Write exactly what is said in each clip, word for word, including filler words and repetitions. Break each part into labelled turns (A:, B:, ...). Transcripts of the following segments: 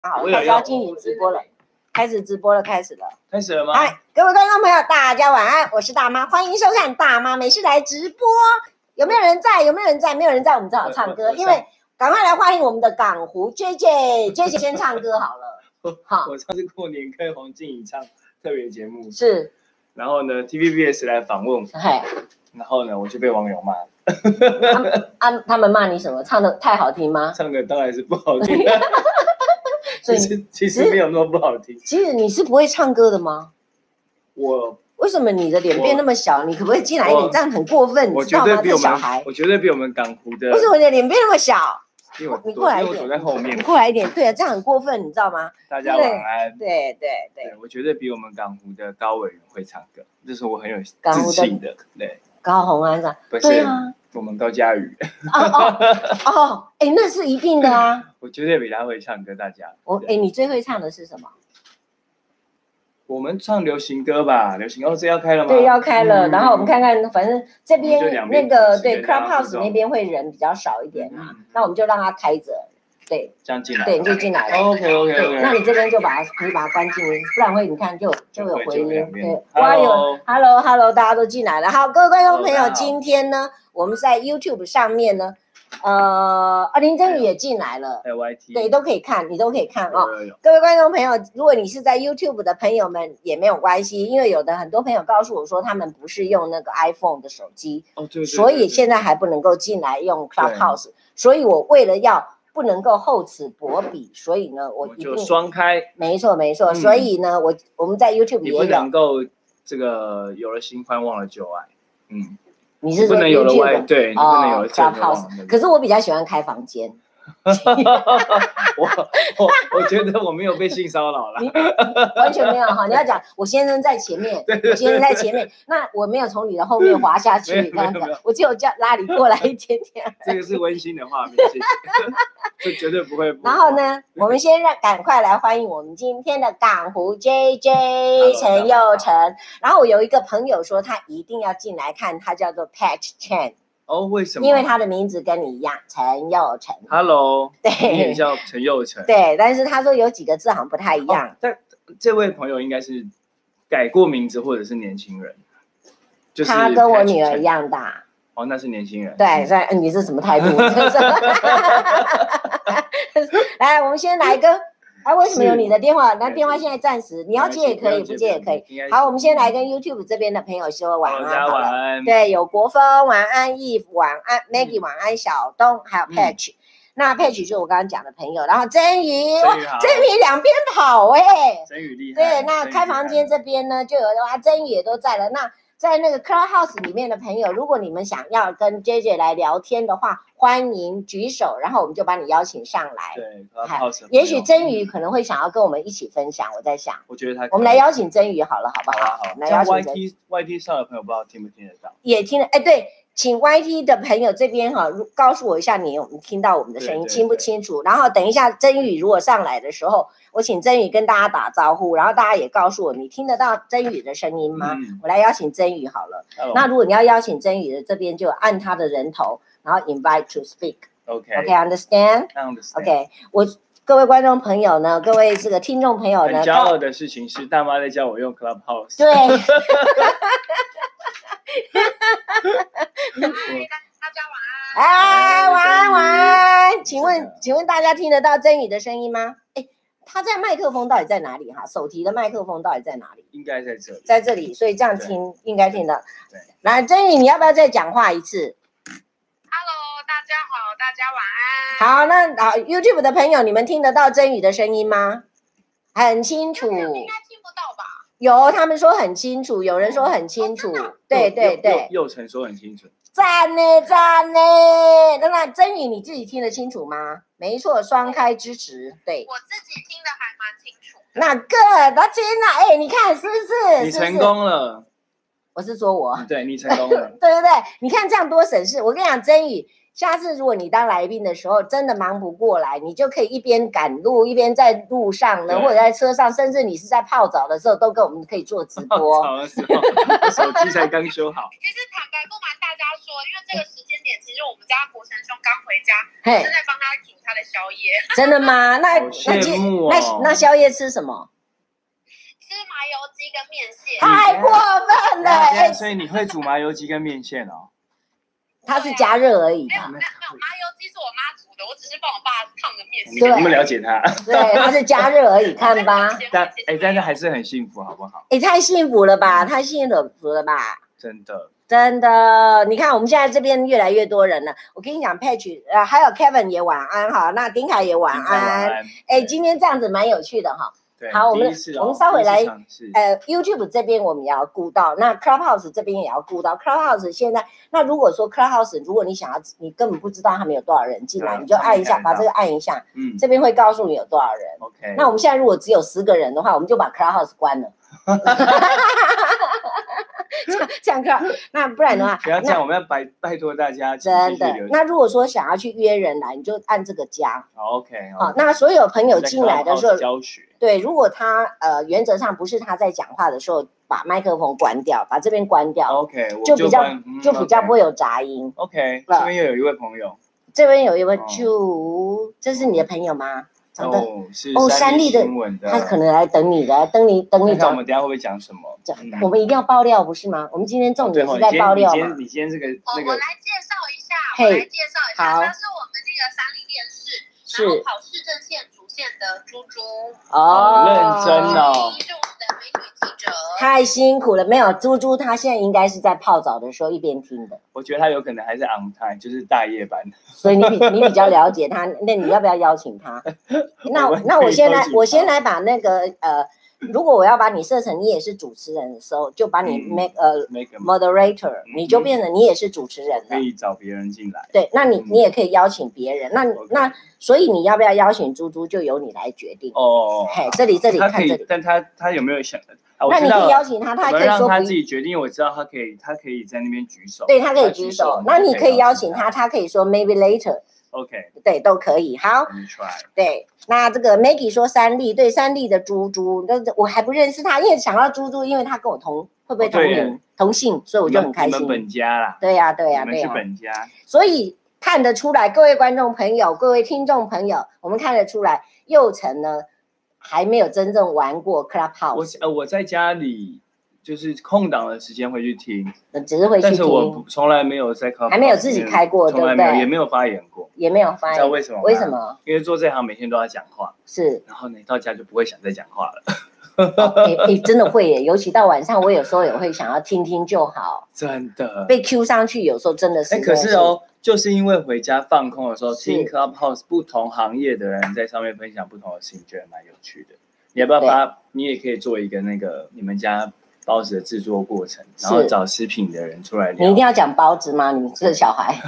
A: 好，开始要进行直播了，开始直播了，开始了，
B: 开始了吗？
A: 嗨，各位观众朋友，大家晚安，我是大妈，欢迎收看大妈没事来直播。有没有人在？有没有人在？没有人在，我们只好唱歌，因为赶快来欢迎我们的港湖 J J，J J 先唱歌好了。好，
B: 我上次过年跟黄静怡唱特别节目，
A: 是，
B: 然后呢 T V B S 来访问我，然后呢我就被网友骂了。
A: 他们啊，他们骂你什么？唱的太好听吗？
B: 唱的当然是不好听。其实其实没有那么不好听。
A: 其实你是不会唱歌的吗？
B: 我
A: 为什么你的脸变那么小？你可不可以进来一点？这样很过分，
B: 我
A: 你知道吗？这小孩，
B: 我绝对比我们港湖的。
A: 为什么你的脸变那么小？
B: 因为
A: 你过来一点，
B: 我走在后面。
A: 你过来一点，对啊，这样很过分，你知道吗？
B: 大家晚安。
A: 对对对，
B: 我绝对比我们港湖的高委员会唱歌，这是我很有自信的。对，
A: 高虹安是？
B: 对啊。我们高嘉瑜
A: 哦哦哦，哎，那是一定的啊！
B: 我绝对比他会唱歌，大家。
A: 我哎，你最会唱的是什么？
B: 我们唱流行歌吧，流行哦，这要开了吗？
A: 对，要开了。然后我们看看，反正这边那个对 Clubhouse 那边会人比较少一点啊，那我们就让它开着。对，
B: 这样进来。
A: 对，你就进来了。
B: OK OK OK。
A: 那你这边就把它，你把它关静音，不然会你看就就有回音。对，
B: 哇
A: 有 Hello Hello， 大家都进来了。好，各位观众朋友，今天呢，我们在 YouTube 上面呢，呃，啊，林真宇也进来了，对，都可以看，你都可以看哦。各位观众朋友，如果你是在 YouTube 的朋友们也没有关系，因为有的很多朋友告诉我说他们不是用那个 iPhone 的手机，
B: 哦对，
A: 所以现在还不能够进来用 Clubhouse， 所以我为了要不能够厚此薄彼，所以呢，我一定
B: 就双开。
A: 没错没错，所以呢，我我们在 YouTube 也有。
B: 你不能够这个有了新欢忘了旧爱，嗯。
A: 你是
B: 不能有了外，对，你不能有了
A: Clubhouse。可是我比较喜欢开房间。
B: 我我我觉得我没有被性骚扰了，
A: 完全没有哈。你要讲我先生在前面，我先生在前面，那我没有从你的后面滑下去，我只有叫拉你过来一点点。
B: 这个是温馨的画面，谢谢。这绝对不会。
A: 然后呢，我们先让赶快来欢迎我们今天的港湖 J J 陈佑成。然后我有一个朋友说他一定要进来看，他叫做 Pat Chan。
B: 哦，为什么？
A: 因为他的名字跟你一样，陈佑成。
B: Hello，
A: 对，
B: 你也叫陈佑成。
A: 对，但是他说有几个字好像不太一样。
B: 哦、但这位朋友应该是改过名字，或者是年轻人。就是、
A: 他跟我女儿一样大。
B: 哦，那是年轻人。
A: 对，所以你是什么态度？来，我们先来跟。啊，为什么有你的电话？那电话现在暂时你要接也可以，不接也可以。好，我们先来跟 YouTube 这边的朋友说晚安。
B: 大家晚安。
A: 对，有国风晚安 ，Eve 晚安 ，Maggie 晚安，小东还有 Patch。那 Patch 就是我刚刚讲的朋友，然后真宇，真宇两边跑哎，
B: 真宇厉害。
A: 对，那开房间这边呢，就有的话，真宇也都在了。那在那个 Clubhouse 里面的朋友，如果你们想要跟 J J 来聊天的话，欢迎举手，然后我们就把你邀请上来。
B: 对 ，Clubhouse。
A: 也许真宇可能会想要跟我们一起分享，我在想。
B: 我觉得他。
A: 我们来邀请真宇好了，好不好？
B: 好，
A: 来邀请
B: Y T Y T 上的朋友不知道听不听得到？
A: 也听得，哎，对，请 Y T 的朋友这边哈，告诉我一下你有听到我们的声音清不清楚？然后等一下真宇如果上来的时候，我请真宇跟大家打招呼，然后大家也告诉我你听得到真宇的声音吗？嗯、我来邀请真宇好了。Hello. 那如果你要邀请真宇的这边，就按他的人头，然后 invite to speak。OK。OK understand？
B: Understand。
A: OK， 我各位观众朋友呢，各位这个听众朋友呢，
B: 很骄傲的事情是大妈在教我用 Clubhouse。
A: 对。
C: 大家晚安。
A: 哎，晚安晚安。请问请问大家听得到真宇的声音吗？哎。他在麦克风到底在哪里哈？手提的麦克风到底在哪里？
B: 应该在这里，
A: 在这里，所以这样听应该听得。对，来，真宇，你要不要再讲话一次
C: ？Hello， 大家好，大家晚
A: 安。好，那好 ，YouTube 的朋友，你们听得到真宇的声音吗？很清楚。应
C: 该听不到吧？
A: 有，他们说很清楚，有人说很清楚。哦、对对对。
B: 佑成说很清楚。
A: 赞呢赞呢，那那真宇你自己听得清楚吗？没错，双开支持，对。
C: 我自己听的还蛮清楚。
A: 那个，他听了，哎，你看是不是？
B: 你成功了。
A: 我是说我。
B: 对，你成功了。
A: 对对对，你看这样多省事。我跟你讲，真宇，下次如果你当来宾的时候真的忙不过来，你就可以一边赶路，一边在路上呢，或者在车上，甚至你是在泡澡的时候，都跟我们可以做直播。
B: 泡澡的时候，手机才刚修好。
C: 其实坦白不瞒大家。 说，因为这个时间点，其实我们家国成兄刚回家，
A: 嘿
C: 正在帮他煮他的宵夜。
A: 真的吗？那
B: 好羡慕哦
A: 那那宵夜吃什么？
C: 吃麻油鸡跟面线。
A: 太过分了！哎，
B: 所以你会煮麻油鸡跟面线哦？
A: 它是加热而已
C: 没有，
A: 吧？
C: 没有，麻油鸡是我妈煮的，我只是帮我爸烫个面线。
A: 对
B: 你们了解他？
A: 对，它是加热而已，看吧。
B: 但哎，但是还是很幸福，好不好？
A: 哎，太幸福了吧，太幸福了吧。
B: 真的，
A: 真的，你看我们现在这边越来越多人了。我跟你讲 ，Patch， 呃，还有 Kevin 也晚安哈，那丁凯也晚
B: 丁凯晚
A: 安。
B: 安
A: 哎，今天这样子蛮有趣的哈。
B: 对，
A: 好，我们
B: 第一次哦
A: 我们稍微来
B: 第一次尝试
A: 呃 YouTube 这边我们也要顾到，那 Clubhouse 这边也要顾到。Clubhouse 现在，那如果说 Clubhouse， 如果你想要，你根本不知道他们有多少人进来，
B: 对
A: 你就按一下，
B: 他们看得到
A: 把这个按一下，
B: 嗯
A: 这边会告诉你有多少人。
B: ，OK。
A: 那我们现在如果只有十个人的话，我们就把 Clubhouse 关了。这样这样 Club， 那不然的话，
B: 不要这样，我们要拜拜托大家继
A: 真的
B: 续留。
A: 那如果说想要去约人来，你就按这个加。
B: 好 OK。
A: 好，那所有朋友进来的时候，
B: 教学。
A: 对，如果他呃原则上不是他在讲话的时候，把麦克风关掉，把这边关掉
B: ，OK，
A: 就比较
B: 嗯
A: 就比较不会有杂音。
B: OK，这边又有一位朋友，
A: 这边有一位
B: 哦
A: 就，这是你的朋友吗？长得
B: 哦，是
A: 哦三立的
B: 新闻的，
A: 他可能来等你的，等你等你
B: 看我
A: 讲。
B: 们等一下会不会讲什么？
A: 讲
B: 嗯
A: 我们一定要爆料不是吗？我们今天重点
B: 哦
A: 是在爆料嘛。
B: 你今天你今天这个
C: 我
B: 那个
C: 我来介绍一下，
A: 嘿
C: 我来介绍一下，
A: 好
C: 他是我们这个三立电视，
A: 是
C: 然后跑市政线主线的猪猪，
A: 哦，
B: 认真哦
C: 是我们的美女记者。
A: 太辛苦了，没有猪猪，他现在应该是在泡澡的时候一边听的，
B: 我觉得他有可能还是 on time，就是大夜班。
A: 所以你比你比较了解他，那你要不要邀请他？那
B: 我们
A: 那我先来
B: 可以邀请，他
A: 我先来把那个呃，如果我要把你设成你也是主持人的时候，就把你
B: 嗯
A: make 呃
B: make a
A: moderator，
B: 嗯
A: 你就变成你也是主持人了。
B: 可以找别人进来。
A: 对，那你
B: 嗯
A: 你也可以邀请别人，那
B: OK
A: 那所以你要不要邀请猪猪，就由你来决定。
B: 哦，
A: 嘿，这里这里
B: 他可以
A: 看这里，，
B: 但他他有没有想？啊，我
A: 那你可以
B: 知道了
A: 邀请他，他还
B: 我们让他
A: 可以说不
B: 自己决定，因为我知道他可以，他可以在那边举手。
A: 对他可以举手，那你可以邀请他，
B: 他。
A: 他可以说 maybe later，
B: OK，
A: 对，都可以。好，
B: let me try。
A: 对，那这个 Maggie 说三立，对三立的猪猪，那我还不认识他，因为想到猪猪，因为他跟我同会不会同
B: 哦对耶
A: 名同姓，所以我就很开心。
B: 你们本家啦，
A: 对呀，对呀，
B: 你们是
A: 对呀。
B: 本家。
A: 所以看得出来，各位观众朋友，各位听众朋友，我们看得出来，佑成呢还没有真正玩过 Clubhouse，
B: 我呃我在家里就是空档的时间会去听，
A: 只是会去
B: 但是我
A: 听
B: 不，从来没有在 Clubhouse
A: 还没有自己开过，对不
B: 从来没有，也
A: 对？
B: 没有发言过。
A: 也没有发言，
B: 你知道为什么吗？
A: 为什？么？
B: 因为做这行每天都要讲话，
A: 是，
B: 然后你到家就不会想再讲话了。
A: 诶诶，真的会耶，尤其到晚上，我有时候也会想要听听就好。
B: 真的。
A: 被 Q 上去，有时候真的是。
B: 哎，可是哦，就是因为回家放空的时候
A: 是
B: 听 Clubhouse 不同行业的人在上面分享不同的事情，觉得蛮有趣的。你要不要发？你也可以做一个那个你们家包子的制作过程，然后找食品的人出来聊。
A: 你一定要讲包子吗？你这个小孩。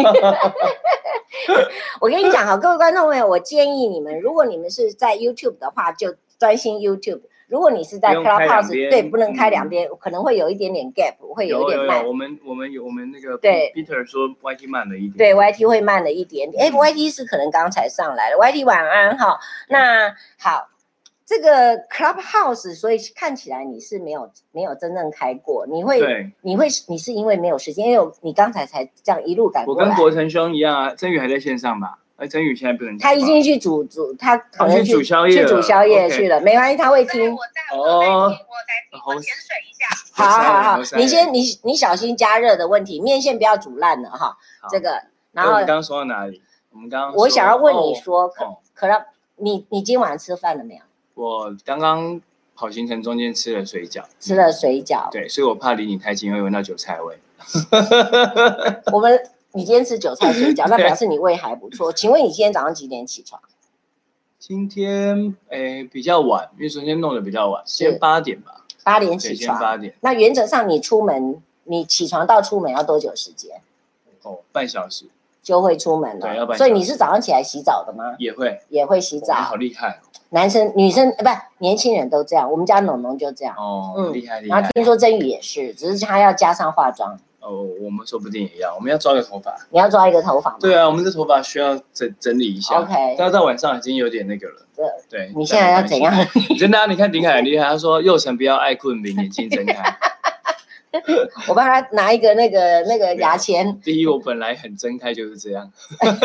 A: 我跟你讲哈，各位观众朋友，我建议你们，如果你们是在 YouTube 的话，就专心 YouTube。如果你是在
B: 不用开两
A: Clubhouse，
B: 边
A: 对，不能开
B: 嗯
A: 两边，可能会有一点点 gap，会有一点慢
B: 有有有，。我们我们有我们那个
A: 对
B: Peter 说 Y T 慢了一点。
A: 对 Y T 会慢了一点点，哎，Y T 是可能刚才上来了，Y T 晚安哈。那好，这个 Clubhouse， 所以看起来你是没有没有真正开过，你会
B: 对，
A: 你会你是因为没有时间，因为你刚才才这样一路赶
B: 我
A: 过来。
B: 跟国成兄一样啊，真宇还在线上吧？哎，真宇现在不能讲话。
A: 他已经去煮煮，他可能
B: 哦去煮宵夜了
A: 去煮宵夜
B: OK
A: 去了，没关系，他会
C: 对，
A: 听
C: 我。在，
B: 哦
C: 我在听，我在听，我潜水一下。
A: 好好好
B: 我塞，了
A: 你先你你小心加热的问题，面线不要煮烂了哈。
B: 好
A: 这个，
B: 哎
A: 然后
B: 我们刚刚说到哪里？我们刚刚
A: 我想要问你
B: 哦
A: 说，可
B: 哦
A: 可乐，你你今晚吃饭了没有？
B: 我刚刚跑行程中间吃了水饺，
A: 吃了水饺。
B: 对，所以我怕离你太近会闻到韭菜味。
A: 我们你今天吃韭菜水饺，那表示你胃还不错。请问你今天早上几点起床？
B: 今天诶比较晚，因为昨天弄得比较晚，
A: 是
B: 今天八点吧。
A: 八点
B: 对，
A: 起床。
B: 今天八点。
A: 那原则上你出门，你起床到出门要多久时间？
B: 哦，半小时
A: 就会出门了。
B: 对要半小时
A: 所以你是早上起来洗澡的吗？
B: 也会。
A: 也会洗澡。
B: 哇好厉害
A: 男生、女生，呃，不，年轻人都这样。我们家农农就这样。
B: 哦，
A: 嗯
B: 厉害厉害。
A: 然后听说真宇也是，只是他要加上化妆。
B: 哦，我们说不定也要，我们要抓个头发。
A: 你要抓一个头发吗？
B: 对啊，我们这头发需要整整理一下。
A: OK
B: 但到晚上已经有点那个了。
A: 对
B: 对。
A: 你现在要怎样？
B: 真的啊，你看丁凯很厉害，他说右城不要爱困明，眼睛睁开。
A: 我帮他拿一个那个那个牙签。
B: 第一，我本来很睁开就是这样。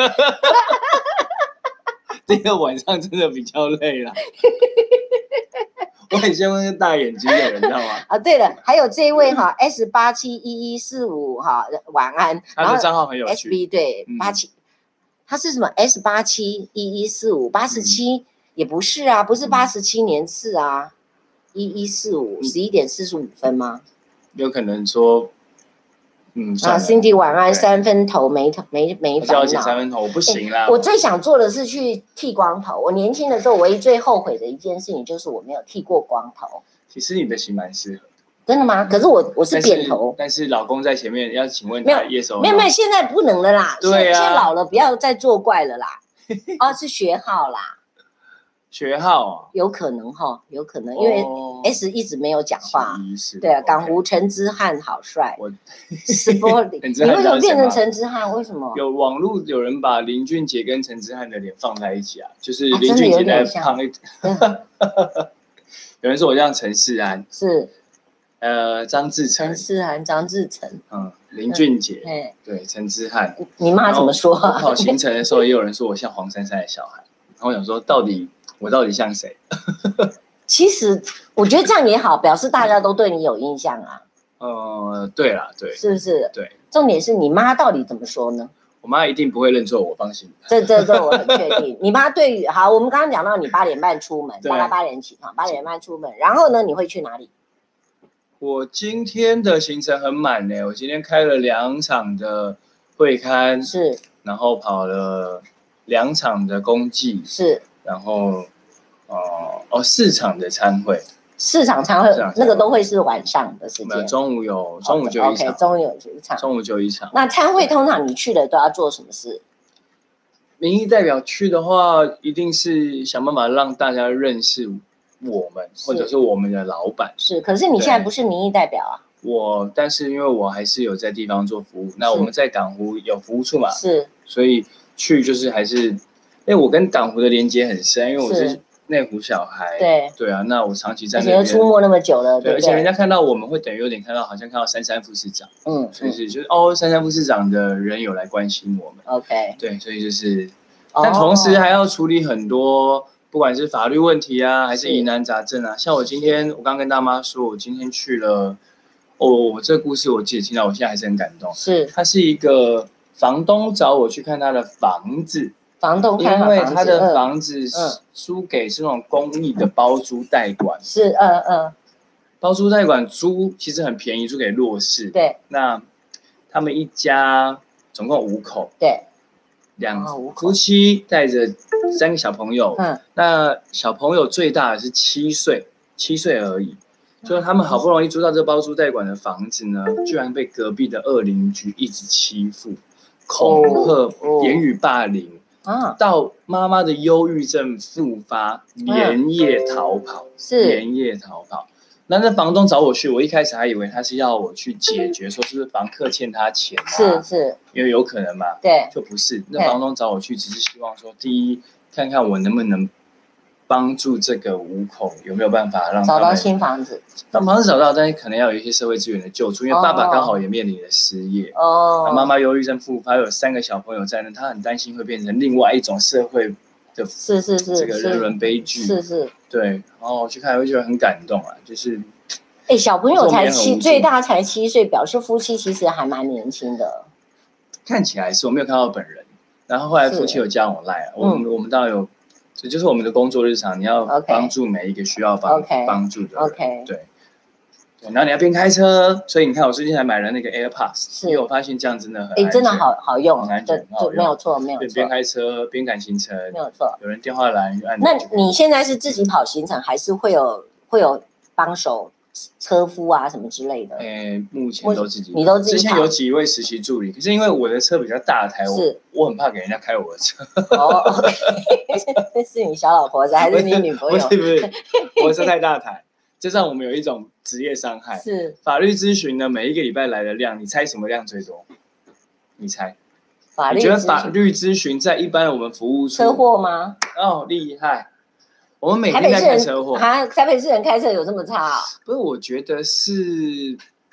B: 第二，晚上真的比较累了。我很像那个大眼睛的人，你知道吗？
A: 啊，对了，还有这一位哈 ，S 八七一一四五哈，晚安。
B: 他的账号很有趣
A: ，S B 对八七，他是什么 ？S 八七一一四五八十七也不是啊，不是八十七年次啊，一一四五十一点四十五分吗？
B: 有可能说。嗯
A: 啊 ，Cindy 晚安，三分头没头没没烦恼。
B: 我剪三分头，我不行啦。
A: 我最想做的是去剃光头。我年轻的时候，唯一最后悔的一件事情就是我没有剃过光头。
B: 其实你的型蛮适合的。
A: 真的吗？可是我我是扁头。
B: 但是老公在前面，要请问他耶手？
A: 没有没有，现在不能了啦。
B: 对啊，
A: 现在老了，不要再作怪了啦。哦，是学号啦。
B: 学号啊，
A: 有可能哈，有可能，因为 S 一直没有讲话。对啊，港湖陈之汉好帅。我是玻璃，你为什么变成陈之汉？为什么？
B: 有网络有人把林俊杰跟陈之汉的脸放在一起啊，就是林俊杰在胖一点。有人说我像陈世安，
A: 是，
B: 呃，张志成。
A: 陈世安、张志成，
B: 嗯，林俊杰，对，陈之汉。
A: 你妈怎么说？
B: 跑行程的时候，也有人说我像黄珊珊的小孩。然后我想说，到底。我到底像谁？
A: 其实我觉得这样也好，表示大家都对你有印象啊。
B: 呃，对啦，对，
A: 是不是？
B: 对，
A: 重点是你妈到底怎么说呢？
B: 我妈一定不会认错我，放心。
A: 这这这我很确定。你妈对于好，我们刚刚讲到你八点半出门，大概八点起床，八点半出门，然后呢，你会去哪里？
B: 我今天的行程很满呢，我今天开了两场的会刊，
A: 是，
B: 然后跑了两场的公祭，
A: 是。然
B: 后，呃，哦，四场的餐会，
A: 四场餐会那个都会是晚上的时间。
B: 中午有，中午就一场。
A: OK， 中午有一场。
B: 中午就一场。
A: 那餐会通常你去了都要做什么事？
B: 民意代表去的话，一定是想办法让大家认识我们，或者是我们的老板。
A: 是，可是你现在不是民意代表啊。
B: 我，但是因为我还是有在地方做服务，那我们在港湖有服务处嘛，
A: 是，
B: 所以去就是还是。因为我跟港湖的连接很深，因为我是内湖小孩，
A: 对
B: 对啊，那我长期在那边
A: 出没那么久了，对不对？
B: 而且人家看到我们会等于有点看到，好像看到珊珊副市长，嗯，所以是就是哦，珊珊副市长的人有来关心我们
A: ，OK，
B: 对，所以就是，但同时还要处理很多，不管是法律问题啊，还是疑难杂症啊。像我今天，我刚跟大妈说，我今天去了，哦，我这个故事我记得听到，我现在还是很感动。
A: 是，
B: 他是一个房东找我去看他的房子。
A: 房东
B: 因为他的房子租给是那种公益的包租代管，
A: 是，嗯嗯，
B: 包租代管租其实很便宜，租给弱势。
A: 对，
B: 那他们一家总共五口，
A: 对，
B: 两夫妻带着三个小朋友，嗯，那小朋友最大的是七岁，七岁而已。就是他们好不容易租到这包租代管的房子呢，居然被隔壁的恶邻居一直欺负、恐吓、言语霸凌。啊、到妈妈的忧郁症复发，连夜逃跑，是连夜逃跑。那那房东找我去，我一开始还以为他是要我去解决，说是不是房客欠他钱啊？
A: 是是，
B: 因为有可能嘛。
A: 对，
B: 就不是。那房东找我去，只是希望说，第一，看看我能不能帮助这个五口有没有办法让
A: 找到新房子。
B: 把房子找到，但是可能要有一些社会资源的救助，因为爸爸刚好也面临了失业。哦。妈妈忧郁症复发，有三个小朋友在那，他很担心会变成另外一种社会的
A: 是是是
B: 这个人伦悲剧。
A: 是是。对，
B: 然后我去看，会觉得很感动啊，就是。
A: 哎，小朋友才七，最大才七岁，表示夫妻其实还蛮年轻的。
B: 看起来是我没有看到本人，然后后来夫妻有加我赖，我们我们当然有。这就是我们的工作日常，你要帮助每一个需要帮帮助的人。
A: OK，
B: 对，对，然后你要边开车，所以你看我最近还买了那个 AirPods， 因为我发现这样真的很安全，
A: 哎，真的好好用，
B: 很安全，
A: 没有错，没有错。
B: 边开车边赶行程，
A: 没有错。
B: 有人电话来就按。
A: 那你现在是自己跑行程，还是会有会有帮手？车夫啊什么之类的，
B: 诶，目前都自己，
A: 你都自己。
B: 之前有几位实习助理，可是因为我的车比较大台，我我很怕给人家开我的车。哦 ，OK，
A: 是你小老婆子还是你女朋友？
B: 不是不是，我的车太大台，就让我们有一种职业伤害。
A: 是
B: 法律咨询呢，每一个礼拜来的量，你猜什么量最多？你猜？
A: 法律？
B: 你觉得法律咨询在一般我们服务处？
A: 车祸吗？
B: 哦，厉害。我们每天在开车祸，
A: 啊，台北市人开车有这么差、啊？
B: 不是，我觉得是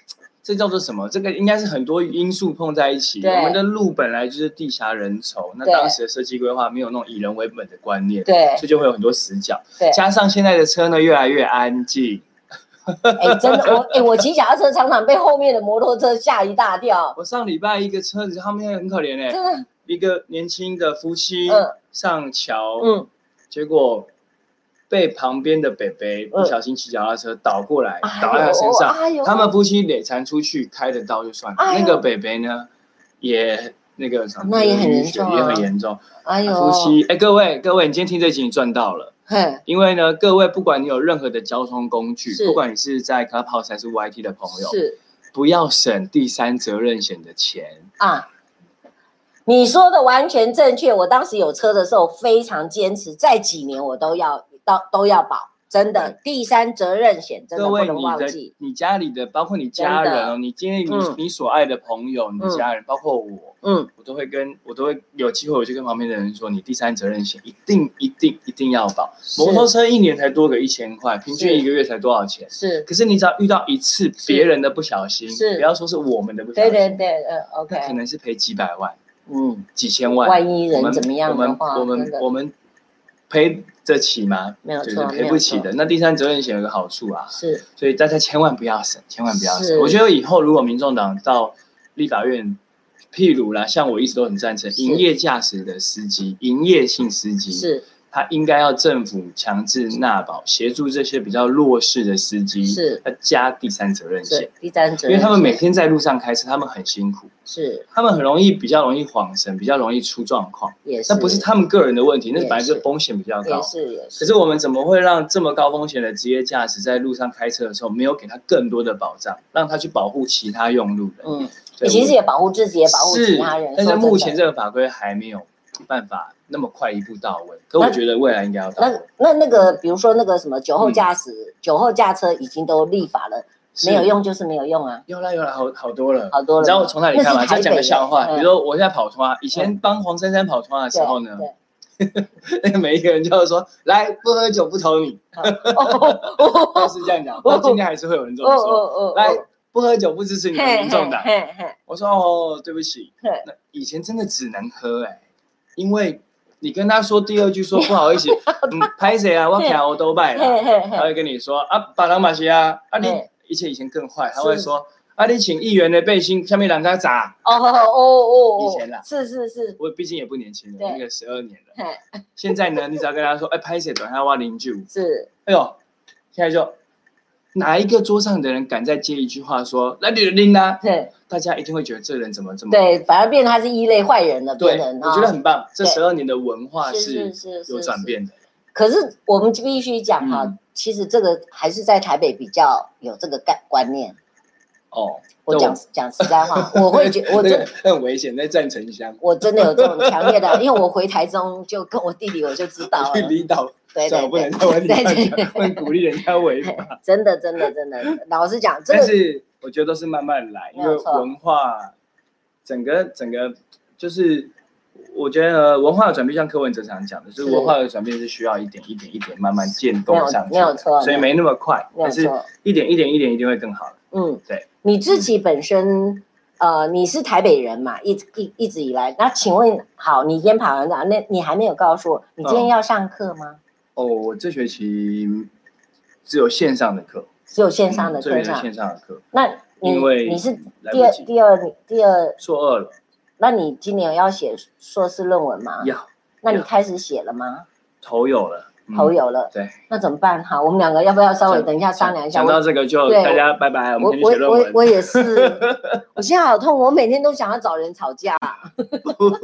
B: 这叫做什么？这个应该是很多因素碰在一起。我们的路本来就是地狭人稠，那当时的设计规划没有那种以人为本的观念，
A: 对，
B: 所以就会有很多死角。加上现在的车呢越来越安静。
A: 哎，真的，我哎，我骑脚踏车常常被后面的摩托车吓一大跳。
B: 我上礼拜一个车子，他们很可怜哎、欸，
A: 真的，
B: 一个年轻的夫妻、嗯、上桥，
A: 嗯，
B: 结果被旁边的北北不小心骑脚踏车倒过来，嗯、倒在他身上。哎、他们夫妻累残出去，开得到就算了。哎、那个北北呢，也那个什么，
A: 那也很严重、啊，
B: 也很严重。
A: 哎呦，
B: 夫妻，哎，各位各位，你今天听这集你赚到了。因为呢，各位不管你有任何的交通工具，不管你是在 Clubhouse 还是 Y T 的朋友，是不要省第三责任险的钱啊。
A: 你说的完全正确，我当时有车的时候非常坚持，再几年我都要都都要保。真的，第三责任险真的不能忘记。
B: 你家里的，包括你家人哦，你今天你、嗯、你所爱的朋友，你的家人，嗯、包括我，嗯，我都会跟我都会有机会，我就跟旁边的人说，你第三责任险一定一定一定要保。摩托车一年才多个一千块，平均一个月才多少钱？是。可是你只要遇到一次别人的不小心，是，不要说是我们的不小心，
A: 对对对，呃 ，OK，
B: 可能是赔几百万，嗯，几千万。
A: 万一人怎么样的
B: 话，我们我们我们赔得起吗？
A: 没有错，
B: 赔不起的。那第三责任险有个好处啊，
A: 是，
B: 所以大家千万不要省，千万不要省。我觉得以后如果民众党到立法院，譬如啦，像我一直都很赞成营业驾驶的司机，营业性司机是。他应该要政府强制纳保，协助这些比较弱势的司机，是要加第三责任险。
A: 第三责任险，
B: 因为他们每天在路上开车，他们很辛苦，是他们很容易比较容易晃神，比较容易出状况。也是，那不是他们个人的问题，那本来就风险比较高。
A: 也是也是。
B: 可是我们怎么会让这么高风险的职业驾驶在路上开车的时候，没有给他更多的保障，让他去保护其他用路人？嗯，
A: 其实也保护自己，也保护其他人。
B: 但是目前这个法规还没有办法那么快一步到位，可我觉得未来应该要到位。
A: 那那那个，比如说那个什么酒后驾驶、嗯、酒后驾车已经都立法了，没有用就是没有用啊。
B: 有啦有啦，好好多了，
A: 好多了。
B: 你知道我从哪里看吗？再讲个笑话，嗯、比如说我现在跑窗，以前帮黄珊珊跑窗的时候呢，那个每一个人就说来不喝酒不投你，都是这样讲。到今天还是会有人这么说，来不喝酒不支持你的民众党。我说哦，对不起，那以前真的只能喝哎、欸。因为你跟他说第二句说不好意思，嗯，拍谁啊？我看我都败了，他会跟你说啊，把郎马西啊，啊你，而且以前更坏，他会说啊，你请议员的背心下面两个砸。
A: 哦哦哦，
B: 以前啦，
A: 是是是，
B: 我毕竟也不年轻了，那个十二年了。现在呢，你只要跟他说，哎，拍谁短下挖零九，是，哎呦，现在就哪一个桌上的人敢再接一句话说来你的拎啦？对。大家一定会觉得这人怎么这么
A: 对，反而变成他是一类坏人了。
B: 对，我觉得很棒。这十二年的文化是有转变的。
A: 可是我们必须讲哈，嗯、其实这个还是在台北比较有这个概观念。
B: 哦，
A: 我讲讲实在话，我会觉得我真的
B: 很危险，在战城乡。
A: 我真的有这种强烈的，因为我回台中就跟我弟弟我就知道了。
B: 离岛，
A: 对对，
B: 不能在外地讲，不能鼓励人家违法。
A: 真的真的真的，老实讲，这
B: 个是我觉得都是慢慢来，因为文化。整个整个就是，我觉得文化的转变，像柯文哲常讲的，就是文化的转变是需要一点一点一点慢慢建构上去，
A: 没有错，
B: 所以没那么快，但是一点一点一点一定会更好。嗯，对。
A: 你自己本身，呃，你是台北人嘛，一一一直以来，那请问，好，你今天跑完了，那你还没有告诉我，你今天要上课吗？
B: 哦，我这学期只有线上的课，
A: 只有线上的课上，
B: 线上的课，
A: 那。
B: 因为
A: 你是第二第二第二
B: 硕二了，
A: 那你今年要写硕士论文吗？
B: 要。
A: 那你开始写了吗？
B: 头有了，
A: 头有了。
B: 对。
A: 那怎么办？好，我们两个要不要稍微等一下商量一下？
B: 讲到这个就大家拜拜，我们先写论文。
A: 我我也是，我现在好痛，我每天都想要找人吵架。换论文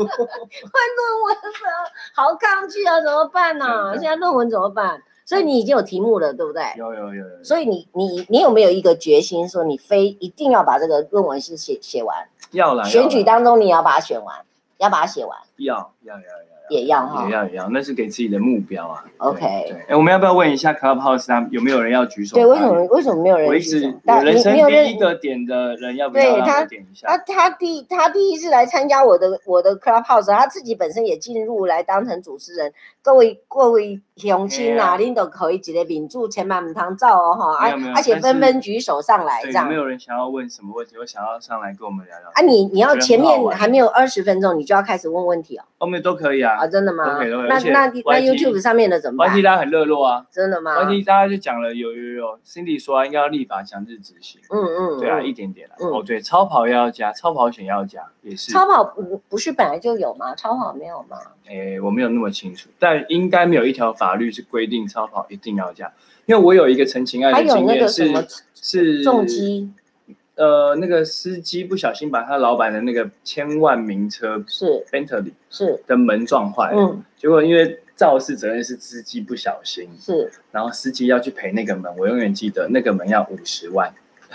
A: 好抗拒啊，怎么办呢？现在论文怎么办？所以你已经有题目了，对不对？
B: 有有有有。
A: 所以你你你有没有一个决心，说你非一定要把这个论文是写写完？
B: 要啦。
A: 选举当中你要把它选完，要把它写完。
B: 要要要要要。
A: 也要哈，
B: 也要也要，那是给自己的目标啊。
A: OK，
B: 对，哎，我们要不要问一下 Clubhouse 他有没有人要举手？
A: 对，为什么为什么没有人举手？
B: 我一直我人生第一个点的人要不要让我点一下？
A: 他他第他第一次来参加我的我的 Clubhouse， 他自己本身也进入来当成主持人。各位各位乡亲啊，恁都可以一个民主，千万唔通走哦哈！啊，而且纷纷举手上来，这样。
B: 有没有人想要问什么问题？我想要上来跟我们聊聊。
A: 啊，你你要前面还没有二十分钟，你就要开始问问题哦。
B: 后面都可以啊。
A: 啊，真的吗？
B: 都可以都可以。
A: 那那那 YouTube 上面的怎么办
B: ？Y T 大家很热络啊。
A: 真的吗
B: ？Y T 大家就讲了，有有有 ，Cindy 说应该要立法强制执行。
A: 嗯嗯。
B: 对啊，一点点啦。哦，对，超跑要加，超跑险要加，也是。
A: 超跑不不是本来就有吗？超跑没有吗？
B: 诶，我没有那么清楚，但应该没有一条法律是规定超跑一定要加。因为我有一个陈情案的经验是是
A: 重击。
B: 呃，那个司机不小心把他老板的那个千万名车
A: 是
B: Bentley
A: 是
B: 的门撞坏了，嗯，结果因为肇事责任是司机不小心，
A: 是，
B: 然后司机要去赔那个门，我永远记得那个门要五十万，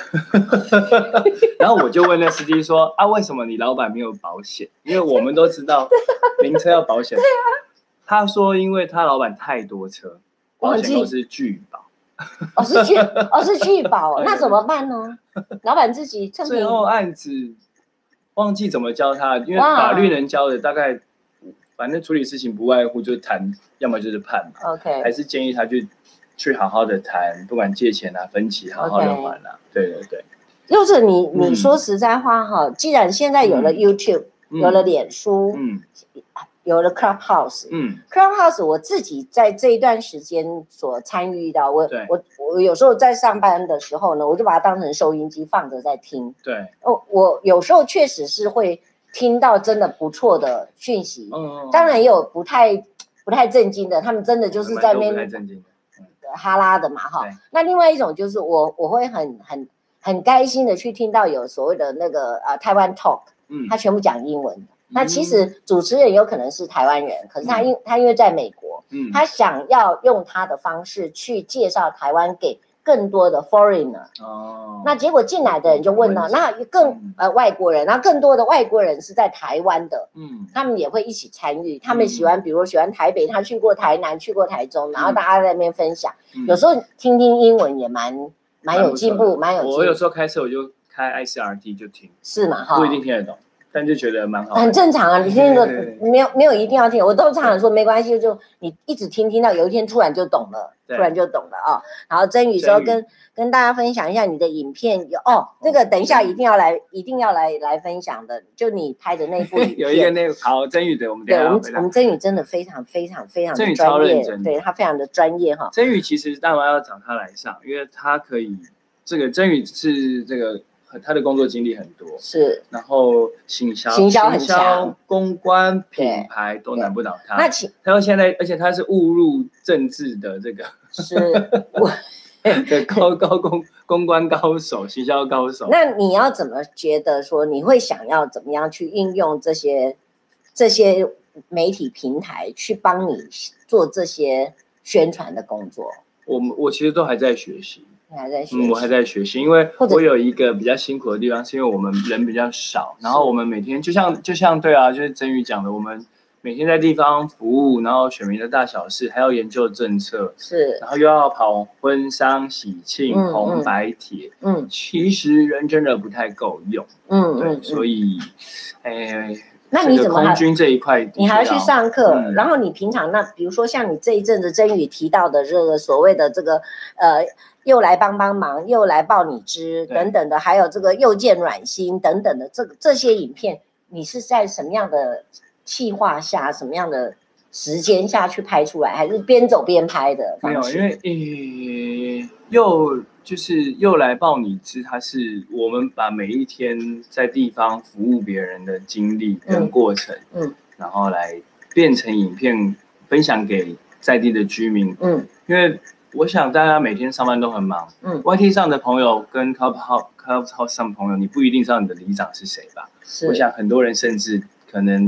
B: 然后我就问那司机说啊，为什么你老板没有保险？因为我们都知道名车要保险，对啊，他说因为他老板太多车，保险都是拒保。
A: 哦是拒哦是拒保，那怎么办呢？老板自己
B: 最后案子忘记怎么教他，因为法律能教的大概，反正处理事情不外乎就是谈，要么就是判嘛。
A: OK，
B: 还是建议他去去好好的谈，不管借钱啊、分期，好好的还啊。Okay. 对对对。
A: 就是你你说实在话哈，嗯、既然现在有了 YouTube，、嗯、有了脸书，嗯。有了 Clubhouse， 嗯 ，Clubhouse 我自己在这一段时间所参与到，我我我有时候在上班的时候呢，我就把它当成收音机放着在听。
B: 对，
A: 哦，我有时候确实是会听到真的不错的讯息，嗯，当然也有不太不太正经的，他们真的就是在那边哈拉的嘛哈。那另外一种就是我我会很很很开心的去听到有所谓的那个呃台湾 Talk， 嗯，他全部讲英文的。那其实主持人有可能是台湾人，可是他因他因为在美国，嗯，他想要用他的方式去介绍台湾给更多的 foreigner。哦，那结果进来的人就问了，那更呃外国人，然后更多的外国人是在台湾的，嗯，他们也会一起参与，他们喜欢，比如喜欢台北，他去过台南，去过台中，然后大家在那边分享，有时候听听英文也蛮蛮有进步，蛮有进步。
B: 我有时候开车我就开 I C R T 就听，
A: 是嘛哈，
B: 不一定听得懂。但就觉得蛮好，
A: 很正常啊。你听个没有没有一定要听，我都常常说没关系，就你一直听听到有一天突然就懂了，突然就懂了啊、哦。然后真宇说跟跟大家分享一下你的影片有哦，那个等一下一定要来一定要来来分享的，就你拍的那部影片
B: 有一个那个好真宇的，我们
A: 对我们我们真宇真的非常非常非常的专业，对他非常的专业哈。
B: 真宇其实当然要找他来上，因为他可以这个真宇是这个。他的工作经历很多，
A: 是，
B: 然后行销、
A: 行销很强，
B: 公关、品牌都难不倒他。
A: 那请，
B: 他现在，而且他是误入政治的这个，
A: 是我
B: 的高高公公关高手、行销高手。
A: 那你要怎么觉得说，你会想要怎么样去运用这些这些媒体平台去帮你做这些宣传的工作？
B: 我我其实都还在学习。
A: 还在学
B: 嗯，我还在学习，因为我有一个比较辛苦的地方，是因为我们人比较少，然后我们每天就像就像对啊，就是真宇讲的，我们每天在地方服务，然后选民的大小事，还要研究政策，
A: 是，
B: 然后又要跑婚丧喜庆、嗯、红白帖，嗯，其实人真的不太够用，嗯，对，嗯、所以，哎。
A: 那你怎么
B: 空军这一块，
A: 你还要去上课？嗯、然后你平常那，比如说像你这一阵子真宇提到的这个所谓的这个呃，又来帮帮忙，又来抱你知等等的，还有这个又见暖心等等的这个这些影片，你是在什么样的企划下，什么样的时间下去拍出来，还是边走边拍的方式？
B: 没有，因为呃，又。就是又来抱你知，它是我们把每一天在地方服务别人的经历跟过程，嗯，嗯然后来变成影片分享给在地的居民，嗯，因为我想大家每天上班都很忙，嗯 ，Y T 上的朋友跟 Clubhouse Clubhouse 上的朋友，你不一定知道你的里长是谁吧？是，我想很多人甚至可能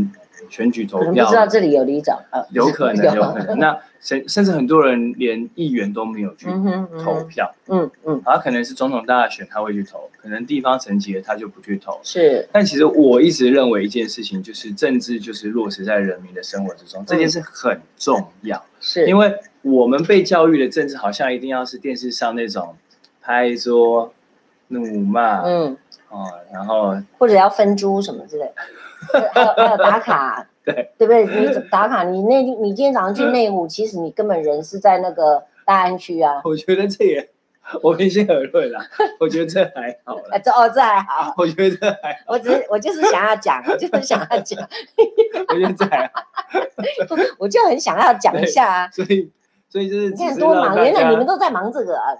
B: 选举投票，
A: 可能不知道这里有里长啊，
B: 有可能有可能。那甚甚至很多人连议员都没有去投票，
A: 嗯嗯，
B: 他可能是总统大选他会去投，可能地方层级的他就不去投。
A: 是，
B: 但其实我一直认为一件事情，就是政治就是落实在人民的生活之中，这件事很重要，
A: 是
B: 因为我们被教育的政治好像一定要是电视上那种拍桌怒骂，嗯。哦，然后
A: 或者要分猪什么之类的，还有还有打卡，
B: 对
A: 对不对？你打卡，你那你今天早上去内湖，其实你根本人是在那个大安区啊。
B: 我觉得这也，我平心而论啦，我觉得这还好啦。
A: 这哦，这还好。
B: 我觉得这还好。
A: 我只是我就是想要讲，我就是想要讲。
B: 我觉得这还好。
A: 我就很想要讲一下啊。
B: 所以所以就是
A: 你看多忙，原来你们都在忙这个啊。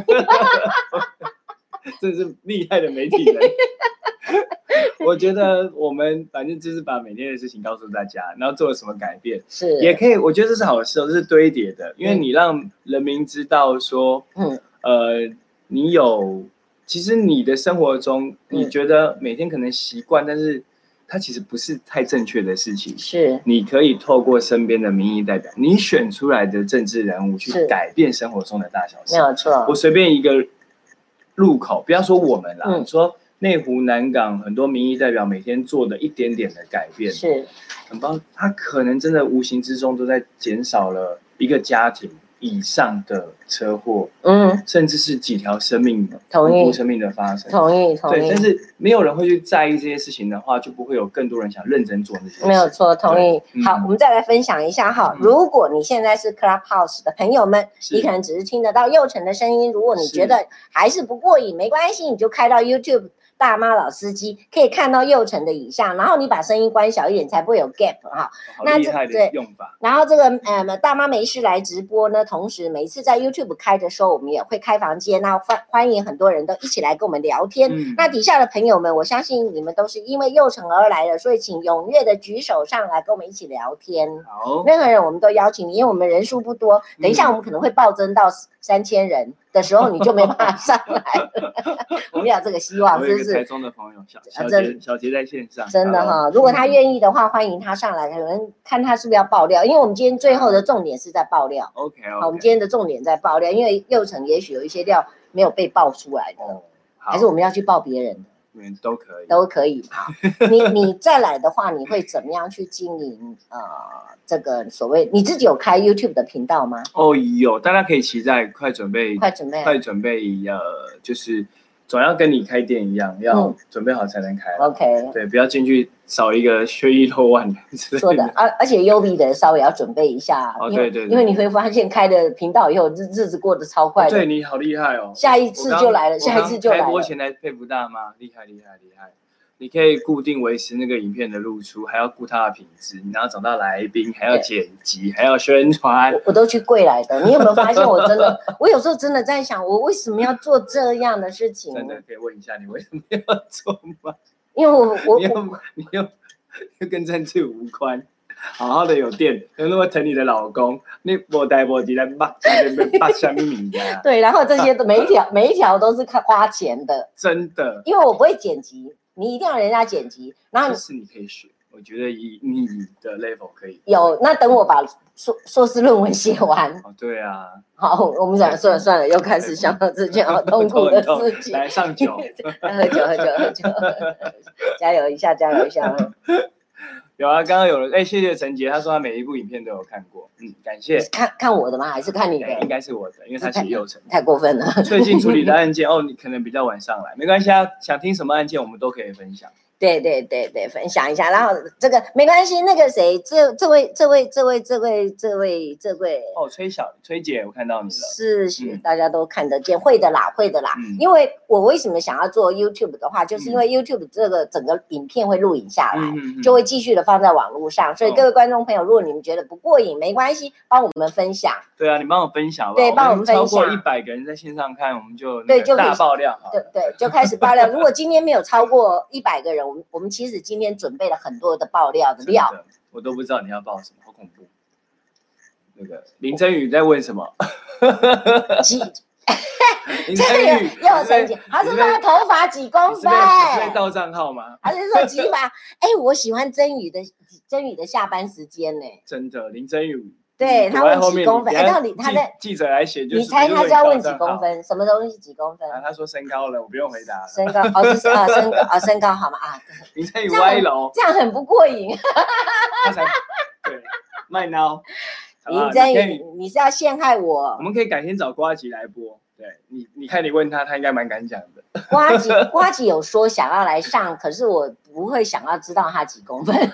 B: 这是厉害的媒体人。我觉得我们反正就是把每天的事情告诉大家，然后做了什么改变，
A: 是
B: 也可以。我觉得这是好事哦，这是堆叠的，因为你让人民知道说，嗯，呃，你有，其实你的生活中，你觉得每天可能习惯，但是它其实不是太正确的事情。
A: 是，
B: 你可以透过身边的民意代表，你选出来的政治人物去改变生活中的大小事。
A: 没有错。
B: 我随便一个路口，不要说我们啦，嗯、你说内湖、南港很多民意代表每天做的一点点的改变，
A: 是
B: 很棒。他可能真的无形之中都在减少了一个家庭以上的车祸，嗯，甚至是几条生命、无辜生命的发生。
A: 同意，同意。
B: 对，但是没有人会去在意这些事情的话，就不会有更多人想认真做这些事情。
A: 没有错，同意。好，我们再来分享一下哈。如果你现在是 Clubhouse 的朋友们，你可能只是听得到佑成的声音，如果你觉得还是不过瘾，没关系，你就开到 YouTube。大妈老司机可以看到佑成的影像，然后你把声音关小一点，才不会有 gap 哈。
B: 好厉害的用法。
A: 然后这个呃大妈没事来直播呢，同时每次在 YouTube 开的时候，我们也会开房间，那欢欢迎很多人都一起来跟我们聊天。嗯、那底下的朋友们，我相信你们都是因为佑成而来的，所以请踊跃的举手上来跟我们一起聊天。
B: 好，
A: 任何人我们都邀请你，因为我们人数不多，等一下我们可能会暴增到三千人。的时候你就没办法上来了，我们有这个希望，是不是？
B: 台中的朋友小小杰，小杰在线上，
A: 真的哈，如果他愿意的话，欢迎他上来，可能看他是不是要爆料，因为我们今天最后的重点是在爆料。
B: OK，
A: 好，我们今天的重点在爆料，因为佑成也许有一些料没有被爆出来的，还是我们要去爆别人的？
B: 嗯，都可以，
A: 都可以。好，你你再来的话，你会怎么样去经营呃这个所谓你自己有开 YouTube 的频道吗？
B: 哦，有，大家可以期待，快准备，
A: 快准备，
B: 快准备，呃，就是总要跟你开店一样，要准备好才能开。
A: 嗯、OK，
B: 对，不要进去少一个缺一漏万之类的。
A: 说的，而而且 U B 的稍微要准备一下，
B: 哦，对对，
A: 因为你会发现开了频道以后，日日子过得超快的。
B: 对，你好厉害哦！
A: 下一次就来了，下一次就来了。
B: 开播前来佩服大妈，厉害厉害厉害！你可以固定维持那个影片的露出，还要顾它的品质，然后找到来宾，还要剪辑，还要宣传。
A: 我, 我都去跪来的。你有没有发现我真的？我有时候真的在想，我为什么要做这样的事情？
B: 真的可以问一下你为什么要做吗？
A: 因为我我
B: 你又你又又跟政治无关，好好的有店，有那么疼你的老公，你无代无志来骂，在那边骂什么名呀？
A: 对，然后这些每一条每一条都是花钱的，
B: 真的。
A: 因为我不会剪辑。你一定要人家剪辑，然后
B: 是你可以学，我觉得以你的 level 可以。
A: 有，那等我把硕硕士论文写完。
B: 哦，对啊。
A: 好，我们讲算了算了，又开始想到这件好痛苦的事情。
B: 来上酒，
A: 喝酒喝酒喝酒，加油一下，加油一下。
B: 有啊，刚刚有人哎，谢谢陈杰，他说他每一部影片都有看过，嗯，感谢。
A: 看看我的吗？还是看你的？
B: 应该是我的，因为他写佑成。
A: 太过分了。
B: 最近处理的案件哦，你可能比较晚上来，没关系啊，想听什么案件我们都可以分享。
A: 对对对对，分享一下，然后这个没关系，那个谁，这这位这位这位这位这位这位
B: 哦，崔小崔姐，我看到你了，
A: 是是、嗯，大家都看得见，会的啦，会的啦、嗯。因为我为什么想要做 YouTube 的话，就是因为 YouTube 这个整个影片会录影下来，嗯、就会继续的放在网络上，所以各位观众朋友，如果你们觉得不过瘾，没关系，帮我们分享。
B: 对啊，你帮我分享吧。
A: 对，帮我们分享。
B: 超过一百个人在线上看，我们就对就大爆料。
A: 对对，就开始爆料。如果今天没有超过一百个人，我们我们其实今天准备了很多的爆料的料，
B: 的我都不知道你要爆什么，好恐怖。那个林真宇在问什么？
A: 这个又有澄清，他是说他头发几公分？
B: 是在盗账号吗？
A: 还是说几发？哎，我喜欢曾宇的曾宇的下班时间呢。
B: 真的，林曾宇。
A: 对他问几公分？哎，到底他在
B: 记者来写，
A: 你猜他是要问几公分？什么东西几公分？
B: 他说身高了，我不用回答。
A: 身高哦是啊身高啊身高好吗啊？
B: 林曾宇歪楼，
A: 这样很不过瘾。
B: 他才对卖孬。
A: 林曾宇，你是要陷害我？
B: 我们可以改天找呱吉来播。对你，你看你问他，他应该蛮敢讲的。
A: 呱吉呱吉有说想要来上，可是我不会想要知道他几公分。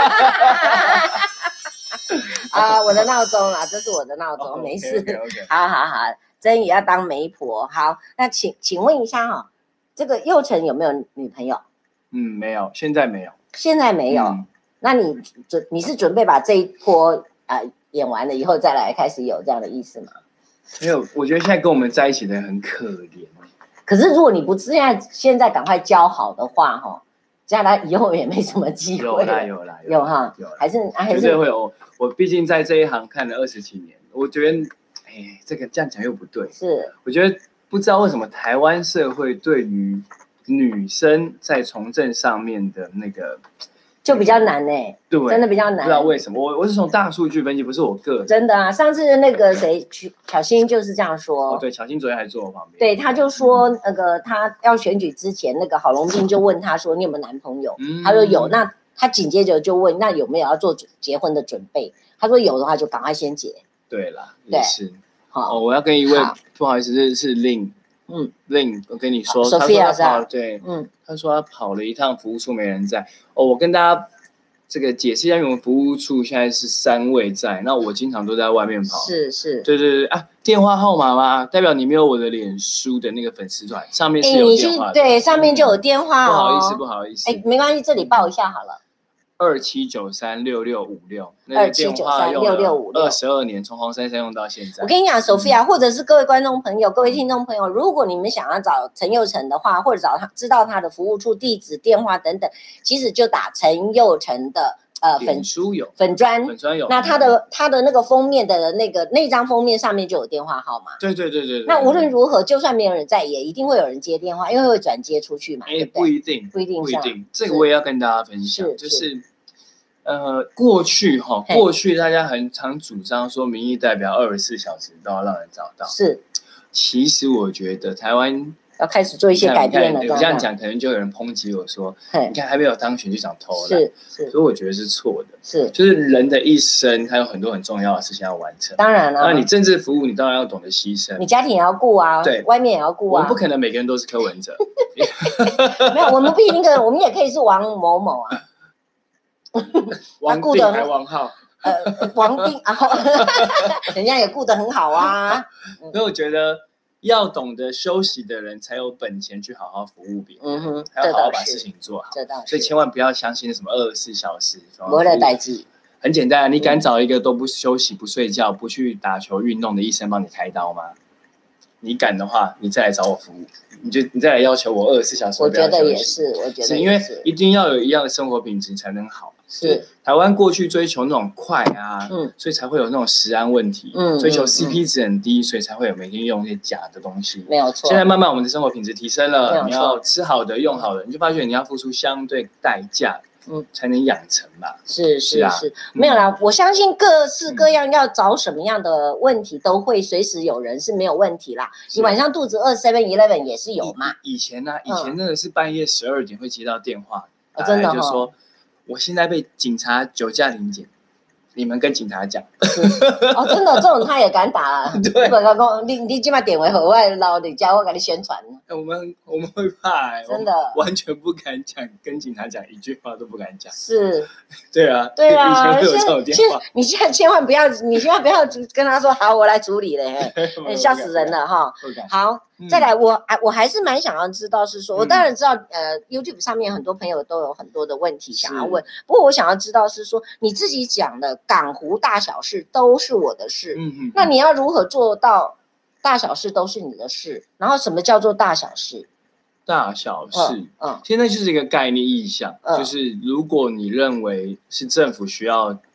A: 啊，我的闹钟啦，这是我的闹钟， oh, 没事。
B: Okay, okay, okay.
A: 好好好，曾宇要当媒婆。好，那请请问一下哈、哦，这个佑成有没有女朋友？
B: 嗯，没有，现在没有。
A: 现在没有。嗯、那你准你是准备把这一波啊、呃、演完了以后再来开始有这样的意思吗？
B: 没有，我觉得现在跟我们在一起的人很可怜。
A: 可是如果你不现在现在赶快交好的话，哈、哦。将来以后也没什么机会。
B: 有啦有啦
A: 有哈，
B: 有
A: 还是还
B: 是会有。我毕竟在这一行看了二十几年，我觉得，哎，这个这样讲又不对。
A: 是，
B: 我觉得不知道为什么台湾社会对于女生在从政上面的那个
A: 就比较难哎、欸，
B: 对，
A: 真的比较难。
B: 不知道为什么，我我是从大数据分析，不是我个人。
A: 真的啊，上次那个谁巧芯就是这样说。
B: 哦，对，巧芯昨天还坐我旁边。
A: 对，他就说那个他要选举之前，那个郝龙斌就问他说：“你有没有男朋友？”嗯、他说有。那他紧接着就问：“那有没有要做结婚的准备？”他说有的话就赶快先结。
B: 对啦，也是。
A: 好、
B: 哦，我要跟一位不好意思，是是令。嗯 ，Lin， 我跟你说，他说他跑，对，嗯，他说他跑了一趟服务处没人在。哦，我跟大家这个解释一下，因为我们服务处现在是三位在，那我经常都在外面跑。
A: 是是，
B: 对对对啊，电话号码吗？代表你没有我的脸书的那个粉丝团，上面是有电话的。
A: 对，上面就有电话哦。
B: 不好意思，不好意思。
A: 哎，没关系，这里报一下好了。
B: 二七九三六六五六，
A: 二七九三六六五六，
B: 二十二年从黄珊珊用到现在。
A: 我跟你讲，Sophia，、嗯、或者是各位观众朋友、各位听众朋友，如果你们想要找陈佑成的话，或者找他知道他的服务处地址、电话等等，其实就打陈佑成的呃粉
B: 书有
A: 粉专，
B: 粉专有。
A: 那他的他的那个封面的那个那张封面上面就有电话号码。
B: 对对对 对, 对。
A: 那无论如何，就算没有人在，也一定会有人接电话，因为会转接出去嘛。
B: 哎，不一定，
A: 不一定，
B: 不一定。这个我也要跟大家分享，是就是。呃，过去哈，过去大家很常主张说，民意代表二十四小时都要让人找到。
A: 是，
B: 其实我觉得台湾
A: 要开始做一些改变了。
B: 我这样讲，可能就有人抨击我说，你看还没有当选就想偷懒，
A: 是是，
B: 所以我觉得是错的。
A: 是，
B: 就是人的一生，他有很多很重要的事情要完成。
A: 当然了，
B: 那你政治服务，你当然要懂得牺牲。
A: 你家庭也要顾啊，
B: 对，
A: 外面也要顾啊。
B: 我们不可能每个人都是柯文哲。
A: 没有，我们不一定个人，我们也可以是王某某啊。
B: 王定还王浩，
A: 呃，王定，然后人家也顾得很好啊。
B: 所以我觉得要懂得休息的人，才有本钱去好好服务别人，嗯哼，还要好好把事情做好。
A: 这倒是，
B: 所以千万不要相信什么二十四小时。
A: 没了代志。
B: 很简单，你敢找一个都不休息、不睡觉、不去打球运动的医生帮你开刀吗？你敢的话，你再来找我服务，你就你再来要求我二十四小时。
A: 我觉得也是，我觉得
B: 是因为一定要有一样的生活品质才能好。
A: 是
B: 台湾过去追求那种快啊，嗯，所以才会有那种食安问题，嗯，追求 C P 值很低，所以才会有每天用一些假的东西。
A: 没有错。
B: 现在慢慢我们的生活品质提升了，你要吃好的、用好的，你就发觉你要付出相对代价。嗯，才能养成吧。
A: 是是是，是没有啦、嗯。我相信各式各样要找什么样的问题，都会随时有人是没有问题啦。你晚上肚子饿 ，seven eleven 也是有嘛。
B: 以前呢、啊，以前真的是半夜十二点会接到电话，
A: 嗯、真的
B: 就说我现在被警察酒驾临检。你们跟警察讲
A: 哦，真的，这种他也敢打啊？
B: 对，
A: 你你今晚点为何外老你家我给你宣传呢？
B: 我们我们会怕、欸，
A: 真的
B: 完全不敢讲，跟警察讲一句话都不敢讲。
A: 是，
B: 对啊，
A: 对啊，
B: 以前会有这种电话，
A: 你现在千万不要，你千万不要跟他说好，我来处理嘞，笑死人了哈。好。再来，我我还是蛮想要知道，是说，我当然知道，呃 ，YouTube 上面很多朋友都有很多的问题想要问，不过我想要知道是说，你自己讲的港湖大小事都是我的事，嗯嗯，那你要如何做到大小事都是你的事？然后什么叫做大小事？
B: 大小事，嗯，嗯现在就是一个概念意象，嗯、就是如果你认为是政府需要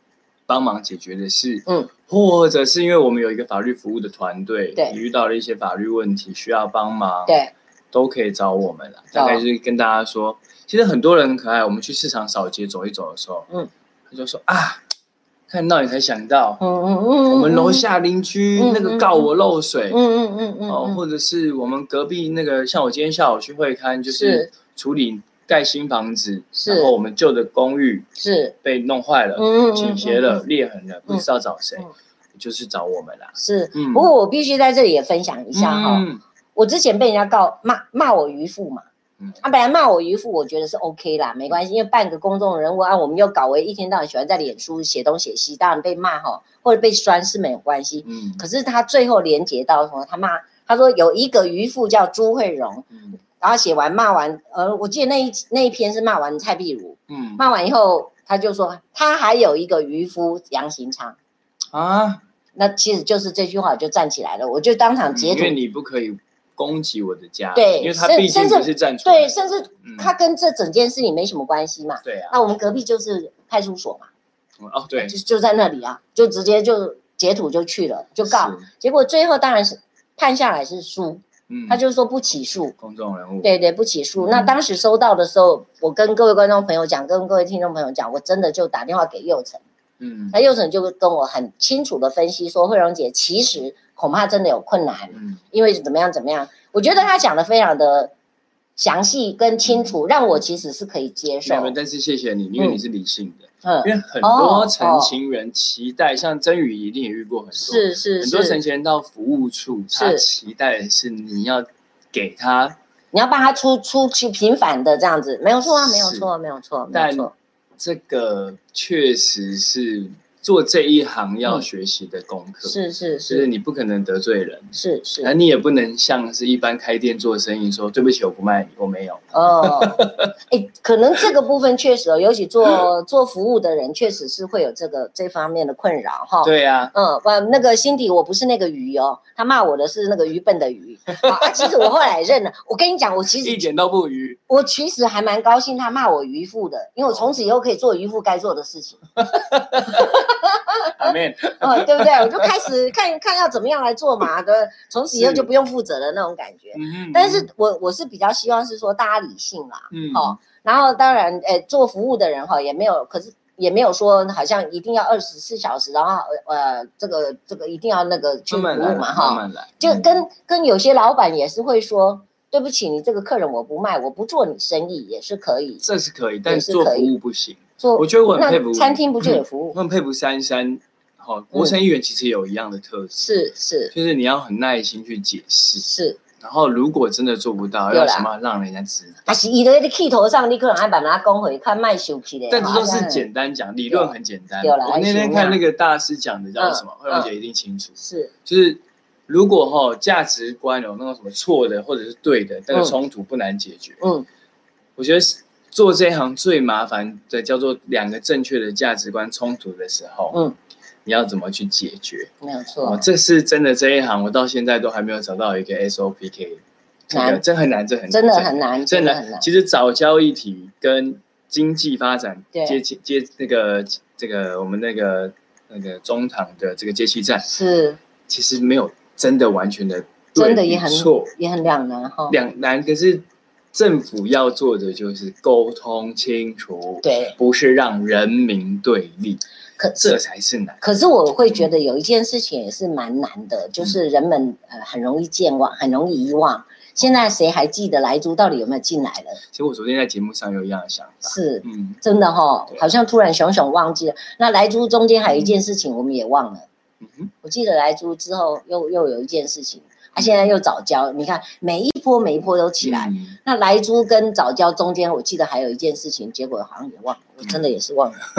B: 帮忙解决的事，
A: 嗯，
B: 或者是因为我们有一个法律服务的团队，
A: 对，
B: 你遇到了一些法律问题需要帮忙，
A: 对，
B: 都可以找我们啦。大概就是跟大家说，哦、其实很多人很可爱，我们去市场扫街走一走的时候，嗯，他就说啊。看到你才想到，嗯嗯嗯，我们楼下邻居那个告我漏水，嗯嗯嗯嗯，哦，或者是我们隔壁那个，像我今天下午去会勘，就是处理盖新房子，然后我们旧的公寓是被弄坏了，倾斜了，裂痕了，不知道找谁，就是找我们啦。
A: 是，不过我必须在这里也分享一下哈，我之前被人家告骂骂我渔夫嘛。嗯，他、啊、本来骂我渔夫，我觉得是 OK 啦，没关系，因为半个公众人物啊，我们又搞为一天到晚喜欢在脸书写东写西，当然被骂哈或者被酸是没有关系。嗯，可是他最后连结到什么？他骂他说有一个渔夫叫朱慧荣，嗯，然后写完骂完，呃，我记得那一那一篇是骂完蔡壁如，嗯，骂完以后他就说他还有一个渔夫杨行昌啊，那其实就是这句话我就站起来了，我就当场截图，
B: 因为你不可以。攻击我的家，
A: 对，
B: 因为他毕竟不是站出
A: 来，对，甚至他跟这整件事情没什么关系嘛。
B: 对啊，
A: 那我们隔壁就是派出所嘛。
B: 哦，对，
A: 就就在那里啊，就直接就截图就去了，就告。结果最后当然是判下来是输，嗯，他就说不起诉。
B: 公众人物。
A: 对对，不起诉。嗯、那当时收到的时候，我跟各位观众朋友讲，跟各位听众朋友讲，我真的就打电话给佑成，嗯，那佑成就跟我很清楚的分析说，慧荣姐其实。恐怕真的有困难，嗯，因为怎么样怎么样，我觉得他讲的非常的详细跟清楚，嗯、让我其实是可以接受。
B: 但是谢谢你，因为你是理性的，嗯，因为很多陈情人期待，哦、像曾宇一定也遇过很多，
A: 是是是，
B: 很多陈情人到服务处，他期待的是你要给他，
A: 你要帮他出出去平反的这样子，没有错啊，没有错，没有错，没有错。
B: 这个确实是。做这一行要学习的功课、嗯、
A: 是是是，
B: 就是你不可能得罪人，
A: 是是，
B: 而你也不能像是一般开店做生意说对不起我不卖你，我没有。
A: 哦，哎，可能这个部分确实哦，尤其做做服务的人，确实是会有这个这方面的困扰哈。
B: 对呀、
A: 啊，嗯，那个辛迪，我不是那个鱼哦，他骂我的是那个愚笨的愚。啊，其实我后来认了，我跟你讲，我其实
B: 一点都不愚，
A: 我其实还蛮高兴他骂我渔夫的，因为我从此以后可以做渔夫该做的事情。
B: 阿妹，
A: 哦，对不对？我就开始看看要怎么样来做嘛，对，从此以后就不用负责的那种感觉。嗯、但是我我是比较希望是说大家理性啦，嗯，哦，然后当然，哎，做服务的人哈也没有，可是也没有说好像一定要二十四小时，然后呃，这个这个一定要那个去服务嘛，哈，
B: 慢慢来，
A: 就跟、嗯、跟有些老板也是会说。对不起，你这个客人我不卖，我不做你生意也是可以，
B: 这是可以，但做服务不行。
A: 做，
B: 我觉得我很佩服
A: 餐厅不就有服务？
B: 我很佩服珊珊，好、哦，国城议员其实有一样的特质，
A: 是是，
B: 就是你要很耐心去解释，
A: 是。
B: 然后如果真的做不到，要想办法让人家知道。
A: 但是伊在气头上，你可能还把它讲回看卖手气的。
B: 但这都是简单讲，理论很简单。我那天看那个大师讲的叫什么，慧荣姐一定清楚。
A: 是，
B: 就是。如果哈、哦、价值观有那种什么错的或者是对的，那个冲突不难解决。嗯，我觉得做这一行最麻烦的叫做两个正确的价值观冲突的时候，嗯，你要怎么去解决？
A: 没有错、
B: 哦，这是真的这一行，我到现在都还没有找到一个 S O P 可以，
A: 难，
B: 这很难，这很难，
A: 真的很难，
B: 真的很难。其实早教议题跟经济发展接接那个这个我们那个那个中堂的这个接气站
A: 是，
B: 其实没有。真的完全的
A: 真的也很
B: 错，
A: 也很两难哈。
B: 两难，可是政府要做的就是沟通清楚，
A: 对，
B: 不是让人民对立，可这才是难。
A: 可是我会觉得有一件事情也是蛮难的，嗯、就是人们呃很容易健忘，很容易遗忘。现在谁还记得莱猪到底有没有进来了？
B: 其实我昨天在节目上有一样的想法，
A: 是，嗯，真的哈，好像突然熊熊忘记了。那莱猪中间还有一件事情我们也忘了。嗯、我记得莱猪之后又又有一件事情，啊，现在又早教，你看每一波每一波都起来。嗯、那莱猪跟早教中间，我记得还有一件事情，结果好像也忘了，我真的也是忘了。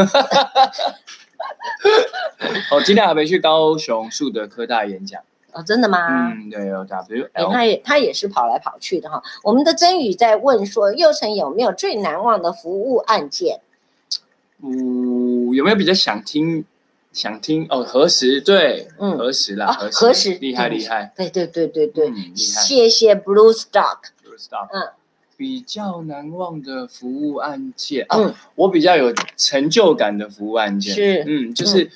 B: 哦，今天还没去高雄树德科大演讲。
A: 哦，真的吗？
B: 嗯，对，有 W L。
A: 他也他也是跑来跑去的哈。我们的曾宇在问说，佑成有没有最难忘的服务案件？
B: 嗯，有没有比较想听？想听哦，核实对，嗯，核实啦，
A: 哦、核实
B: 厉害厉害，
A: 对对对对对，嗯、谢谢 Blue Stock。Blue
B: Stock， 嗯，比较难忘的服务案件，嗯、啊，我比较有成就感的服务案件
A: 是，
B: 嗯，就是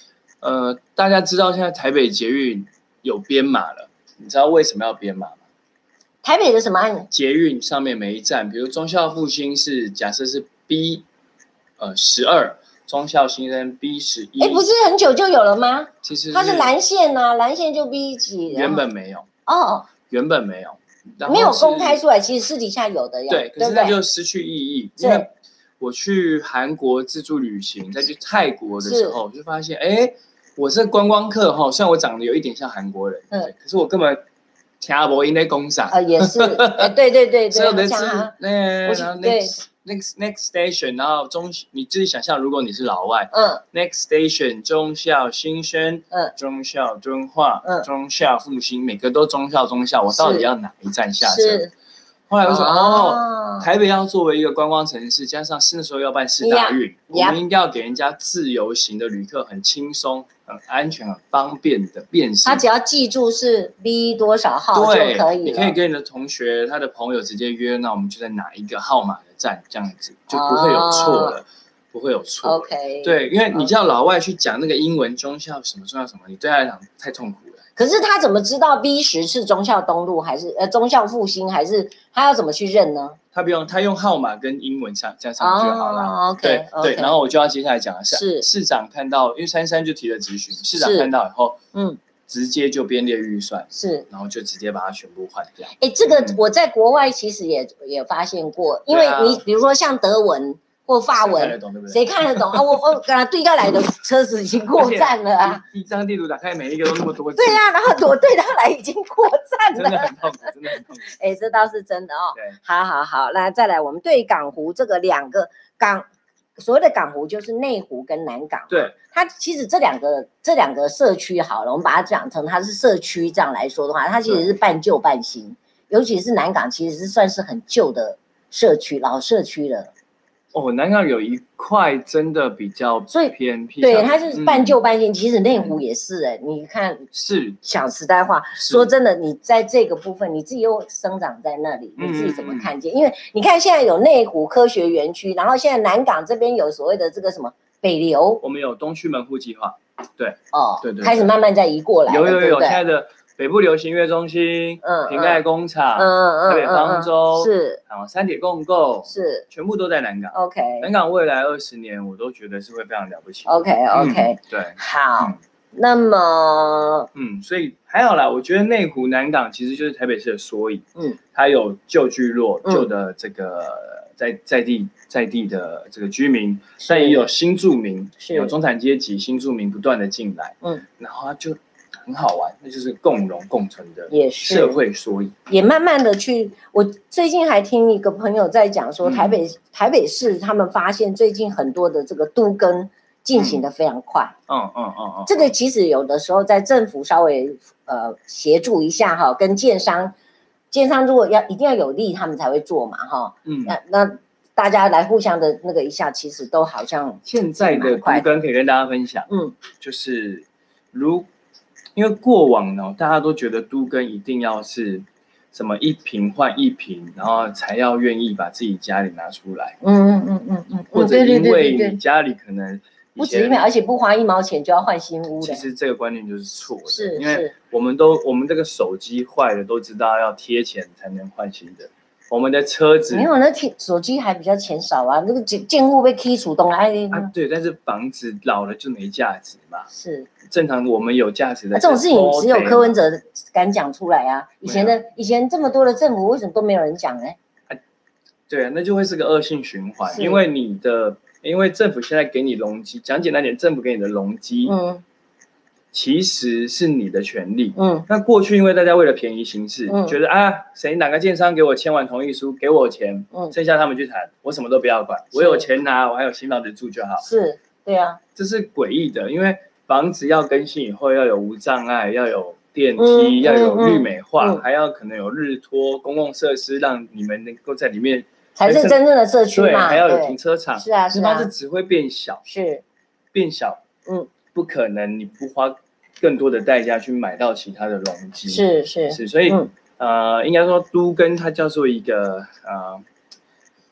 B: 呃，大家知道现在台北捷运有编码了，你知道为什么要编码吗？
A: 台北的什么案？
B: 捷运上面每一站，比如忠孝复兴是假设是 B 呃十二，忠孝新生 B 十一。
A: 哎，不是很久就有了吗？
B: 其实
A: 它是蓝线呐、啊，蓝线就 B 几。
B: 原本没有
A: 哦，
B: 原本没有，
A: 没有公开出来，其实私底下有的呀。
B: 对，可是那就失去意义。因为我去韩国自助旅行，再去泰国的时候，就发现，哎，我是观光客哈，虽然我长得有一点像韩国人，嗯，可是我根本。听不因在工厂
A: 啊，也是，哎，对对对对，
B: 所以是那
A: 我
B: 然后 next next next station， 然后中，你自己想象，如果你是老外，
A: 嗯
B: ，next station 忠孝新生，嗯，忠孝敦化，嗯，忠孝复兴，每个都忠孝忠孝，我到底要哪一站下车？后来我说，哦，台北要作为一个观光城市，加上那时候要办世大运，我们应该要给人家自由行的旅客很轻松、很安全、很方便的辨识。
A: 他只要记住是 B 多少号就可以了。
B: 你可以跟你的同学、他的朋友直接约，那我们就在哪一个号码的站，这样子就不会有错了，不会有错。
A: OK，
B: 对，因为你叫老外去讲那个英文忠孝什么忠孝什么，你对他来讲太痛苦了。
A: 可是他怎么知道 B 十是忠孝东路还是呃忠孝复兴，还是他要怎么去认呢？
B: 他不用，他用号码跟英文上加上就好了。
A: 哦、
B: 对
A: okay,
B: 对，
A: okay.
B: 然后我就要接下来讲的是，
A: 是
B: 市长看到，因为珊珊就提了质询，市长看到以后，嗯，直接就编列预算，是，然后就直接把它全部换掉。
A: 哎，这个我在国外其实也也发现过，因为你比如说像德文。或法文，谁看得懂啊？我我刚才对到来的车子已经过站了啊！
B: 一张地图打开，每一个都那么多字。
A: 对啊，然后我对到来已经过站了，
B: 真的很痛苦，真的很痛苦。
A: 哎，这倒是真的哦。对，好好好，那再来，我们对港湖这个两个港，所谓的港湖就是内湖跟南港。
B: 对，
A: 它其实这两个这两个社区好了，我们把它讲成它是社区这样来说的话，它其实是半旧半新，尤其是南港其实是算是很旧的社区，老社区了。
B: 哦，南港有一块真的比较偏僻，
A: 对，它是半旧半新。嗯、其实内湖也是哎、欸，你看
B: 是
A: 讲实在话，说真的，你在这个部分你自己又生长在那里，你自己怎么看见？嗯、因为你看现在有内湖科学园区，然后现在南港这边有所谓的这个什么北流，
B: 我们有东区门户计划，对，
A: 哦，
B: 对 对, 对，
A: 开始慢慢在移过来了，
B: 有有有，
A: 对对
B: 现在的。北部流行音乐中心、嗯，瓶盖工厂、
A: 嗯嗯
B: 台北方舟、
A: 是，
B: 然后三铁共构
A: 是，
B: 全部都在南港。
A: OK，
B: 南港未来二十年，我都觉得是会非常了不起。
A: OK OK，、嗯、
B: 对，
A: 好，嗯、那么，
B: 嗯，所以还好啦，我觉得内湖南港其实就是台北市的缩影。嗯，它有旧聚落、嗯、旧的这个在在地在地的这个居民，但也有新住民，有中产阶级新住民不断的进来。嗯，然后它就。很好玩，那就是共荣共存的社会缩影，
A: 也慢慢的去。我最近还听一个朋友在讲说，台北、嗯、台北市他们发现最近很多的这个都更进行的非常快。嗯嗯嗯嗯，这个其实有的时候在政府稍微呃协助一下哈，跟建商，建商如果要一定要有利，他们才会做嘛哈。嗯，那那大家来互相的那个一下，其实都好像
B: 现在的都更可以跟大家分享。嗯，就是如。因为过往呢，大家都觉得都更一定要是什么一坪换一坪，然后才要愿意把自己家里拿出来。嗯嗯嗯嗯嗯，或者因为你家里可能
A: 不止一坪，而且不花一毛钱就要换新屋的。
B: 其实这个观念就是错的，
A: 是
B: 因为我们都我们这个手机坏了都知道要贴钱才能换新的。我们的车子
A: 没有，那手机还比较钱少啊，那个建建物被剔除东来、
B: 啊。对，但是房子老了就没价值嘛。
A: 是
B: 正常，我们有价值的、
A: 啊。这种事情只有柯文哲敢讲出来啊！以前的以前这么多的政府，为什么都没有人讲呢？
B: 啊，对啊，那就会是个恶性循环，因为你的，因为政府现在给你容积，讲简单点，政府给你的容积，嗯。其实是你的权利，嗯，那过去因为大家为了便宜行事，嗯、觉得啊，谁哪个建商给我签完同意书，给我钱，嗯，剩下他们去谈，我什么都不要管，我有钱拿，我还有新房子住就好。
A: 是，对啊，
B: 这是诡异的，因为房子要更新以后要有无障碍，要有电梯，嗯、要有绿美化，嗯、还要可能有日托公共设施，让你们能够在里面
A: 才是真正的社区嘛。
B: 对，还要有停车场。
A: 是啊，是啊，
B: 房子只会变小，
A: 是
B: 变小，嗯。不可能，你不花更多的代价去买到其他的容积，
A: 是是
B: 是，所以、嗯、呃，应该说都更它叫做一个呃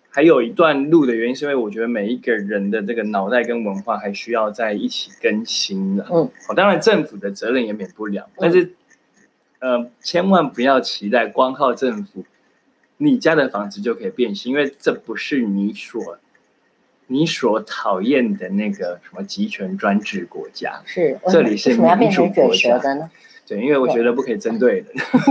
B: 还有一段路的原因，是因为我觉得每一个人的这个脑袋跟文化还需要在一起更新的。嗯，哦，当然政府的责任也免不了，嗯、但是呃，千万不要期待光靠政府，你家的房子就可以变新，因为这不是你所你所讨厌的那个什么集权专制国家。
A: 是，
B: 这里是民主国家
A: 的呢？
B: 对，因为我觉得不可以针对人。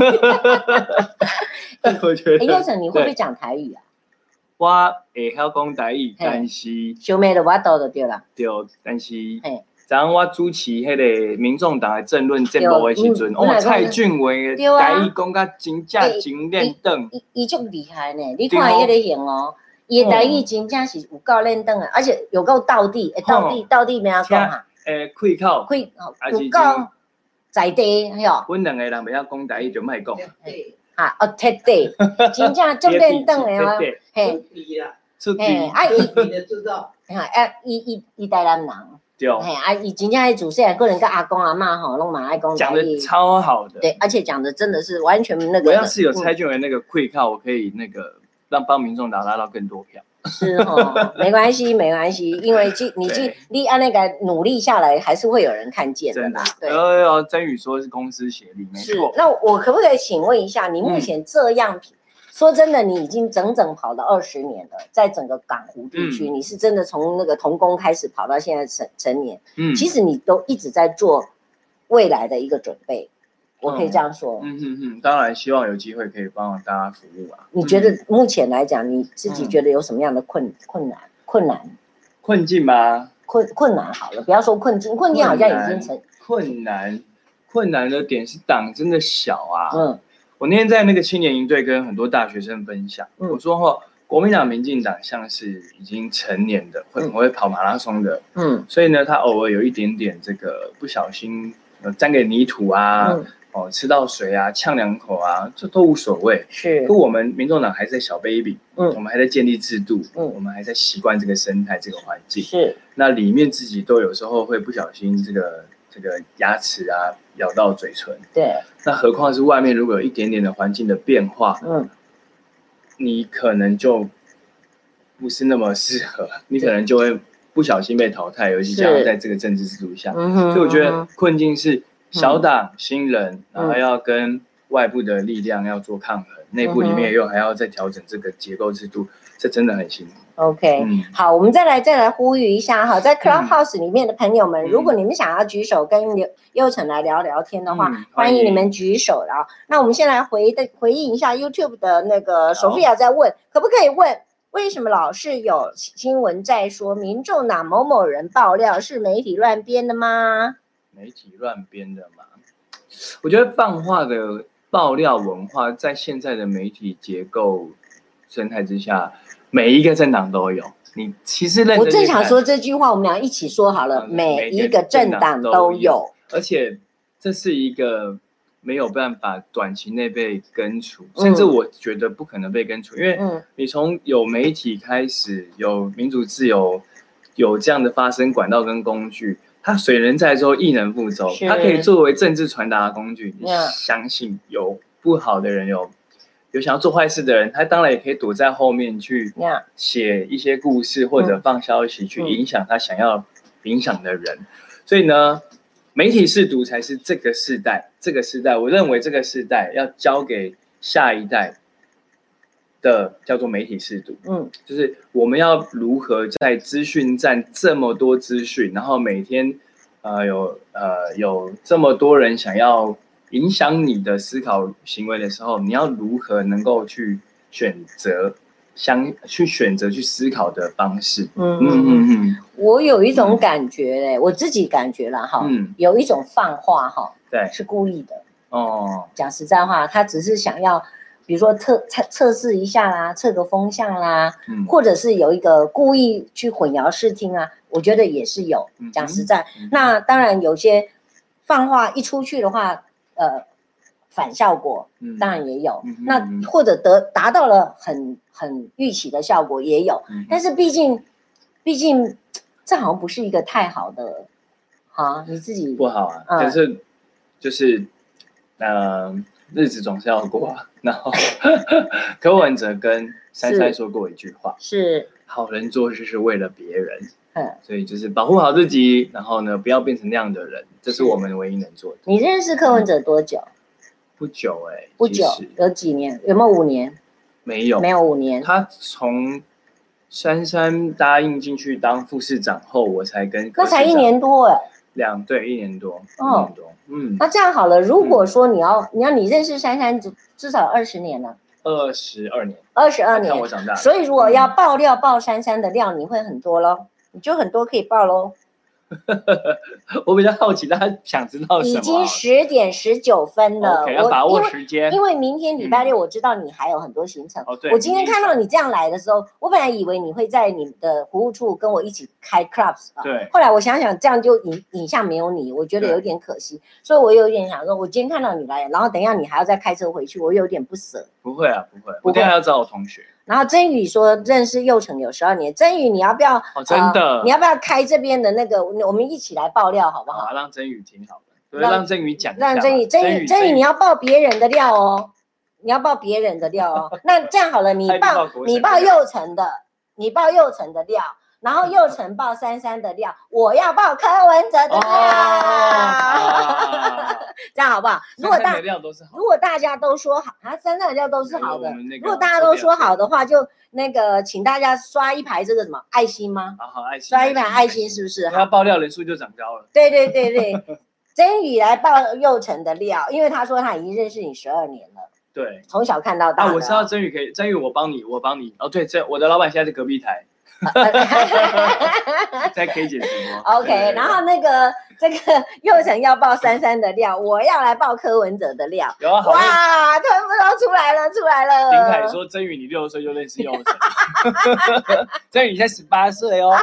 B: 我觉得，
A: 哎，佑成，你会不会讲台语啊？
B: 我会晓讲台语，但是
A: 小妹的我都就对啦。
B: 对，但是昨昏我主持迄个民众党的政论节目的时阵，哦，蔡俊伟的台语讲甲真正真练登，
A: 伊伊足厉害呢。你看伊迄个型哦，伊的台语真正是有够练登的，而且有够道地，诶，道地道地咩啊讲啊？
B: 诶，开口，
A: 开有够在地，嘿哟。
B: 阮两个人袂晓讲台语就莫讲。
A: 啊，哦，贴地，真正足练登的哦，嘿。
B: 出地，嘿，
A: 啊，伊伊就知道，哈，啊，伊伊伊台南人，对，嘿，啊，伊真正迄主细汉个人跟阿公阿嬷吼，拢蛮爱讲台语，
B: 讲的超好的，
A: 对，而且讲的真的是完全那个。
B: 我要是有蔡俊文那个会靠，我可以那个让帮民众党拉到更多票。
A: 是哦，没关系，没关系，因为你你你按那个努力下来，还是会有人看见的啦。对，
B: 呃，曾宇说是公司协力，没错。
A: 那我可不可以请问一下，你目前这样？说真的，你已经整整跑了二十年了，在整个港湖地区，嗯、你是真的从那个童工开始跑到现在成成年。嗯，其实你都一直在做未来的一个准备，我可以这样说。
B: 嗯嗯嗯，当然希望有机会可以帮大家服务啊。
A: 你觉得目前来讲，你自己觉得有什么样的困困难？困难？
B: 困境吗？
A: 困困难好了，不要说困境，困境好像已经成
B: 困难。困难的点是党真的小啊。嗯。我那天在那个青年营队跟很多大学生分享，嗯、我说哈，国民党、民进党像是已经成年的，会、嗯、会跑马拉松的，嗯，所以呢，他偶尔有一点点这个不小心呃沾给泥土啊，嗯、哦，吃到水啊，呛两口啊，这都无所谓。
A: 是，
B: 可我们民众党还在小 baby，嗯，我们还在建立制度，嗯，我们还在习惯这个生态、这个环境，
A: 是，
B: 那里面自己都有时候会不小心这个。这个牙齿啊咬到嘴唇，
A: 对，
B: 那何况是外面如果有一点点的环境的变化，嗯，你可能就不是那么适合，你可能就会不小心被淘汰，尤其加上在这个政治制度下，所以我觉得困境是小党、新人，然后要跟外部的力量要做抗衡，内部里面又还要再调整这个结构制度，这真的很辛苦。
A: OK，、嗯、好，我们再来再来呼吁一下哈，在 Clubhouse 里面的朋友们，嗯、如果你们想要举手跟佑成来聊聊天的话，嗯、欢迎你们举手。然后，那我们先来回的回应一下 YouTube 的那个索菲亚在问，可不可以问为什么老是有新闻在说民众党某某人爆料是媒体乱编的吗？
B: 媒体乱编的吗？我觉得放话的爆料文化在现在的媒体结构生态之下。每一个政党都有，你其实认真，
A: 我正想说这句话，我们俩一起说好了，嗯、每一个政党都有，
B: 而且这是一个没有办法短期内被根除，嗯、甚至我觉得不可能被根除，因为你从有媒体开始，有民主自由，有这样的发声管道跟工具，它水能载舟，亦能覆舟，它可以作为政治传达的工具。你相信有不好的人有。有想要做坏事的人，他当然也可以躲在后面去写一些故事，或者放消息去影响他想要影响的人。所以呢，媒体识读才是这个世代，这个世代，我认为这个世代要交给下一代的叫做媒体识读。嗯，就是我们要如何在资讯站这么多资讯，然后每天呃有呃有这么多人想要。影响你的思考行为的时候，你要如何能够去选择相去选择去思考的方式？嗯嗯嗯嗯。
A: 我有一种感觉嘞，嗯、我自己感觉啦哈，嗯、有一种放话哈，
B: 对，
A: 是故意的。哦，讲实在话，他只是想要，比如说测测测试一下啦，测个风向啦，嗯、或者是有一个故意去混淆视听啊，我觉得也是有。讲实在，嗯、那当然有些放话一出去的话。呃，反效果当然也有，嗯、那或者得达到了很很预期的效果也有，嗯、但是毕竟，毕竟这好像不是一个太好的，啊，你自己
B: 不好啊，嗯、但是就是呃， 日子总是要过啊。然后柯文哲跟珊珊说过一句话，
A: 是
B: 好人做事是为了别人，嗯，所以就是保护好自己，然后呢，不要变成那样的人，这是我们唯一能做的。
A: 你认识柯文哲多久？
B: 不久哎、欸，
A: 不久，有几年？有没有五年？
B: 没有，
A: 没有五年。
B: 他从珊珊答应进去当副市长后，我才跟
A: 那才一年多哎、欸，
B: 两对一年多，哦、一年多，嗯。
A: 那这样好了，如果说你要、嗯、你要你认识珊珊至至少二十年了，
B: 二十二年，
A: 二十二年，
B: 看我长大。
A: 所以如果要爆料爆珊珊的料，你会很多咯，你就很多可以爆咯。
B: 我比较好奇，大家想知道什么？
A: 已经十点十九分了，
B: okay, 要把握时间。
A: 因为明天礼拜六，我知道你还有很多行程。嗯哦、我今天看到你这样来的时候，我本来以为你会在你的服务处跟我一起开 clubs 啊。
B: 对。
A: 后来我想想，这样就影影像没有你，我觉得有点可惜，所以我有点想说，我今天看到你来，然后等一下你还要再开车回去，我有点不舍。
B: 不会啊，不会，我等一下要找我同学。
A: 然后曾宇说认识佑成有十二年，曾宇你要不要？
B: 哦，真的、
A: 呃，你要不要开这边的那个？我们一起来爆料好不好？
B: 好、啊，让曾宇听好了，对，让曾宇讲，
A: 让曾宇，曾宇，曾宇你要爆别人的料哦，你要爆别人的料哦。那这样好了，你爆你爆佑成的，你爆佑成的料。然后佑成爆珊珊的料，我要爆柯文哲的料，哦、这样好不好？如果大如果大家都说好，啊，珊珊的料都是好的。如果大家都说好的话，就那个请大家刷一排这个什么爱心吗？
B: 好好爱心，
A: 刷一排爱心是不是？
B: 要爆料人数就涨高了。
A: 对对对对，曾宇来爆佑成的料，因为他说他已经认识你十二年了。
B: 对，
A: 从小看到大、
B: 啊。我知道曾宇可以，曾宇我帮你，我帮你。哦，对，这我的老板现在在隔壁台。在 K 姐直播
A: ，OK， 然后那个这个佑成要爆珊珊的料，我要来爆柯文哲的料，
B: 有啊，
A: 哇，全部都出来了，出来了。
B: 林凯说：“曾宇，你六岁就认识佑成，曾宇你才十八岁哦。”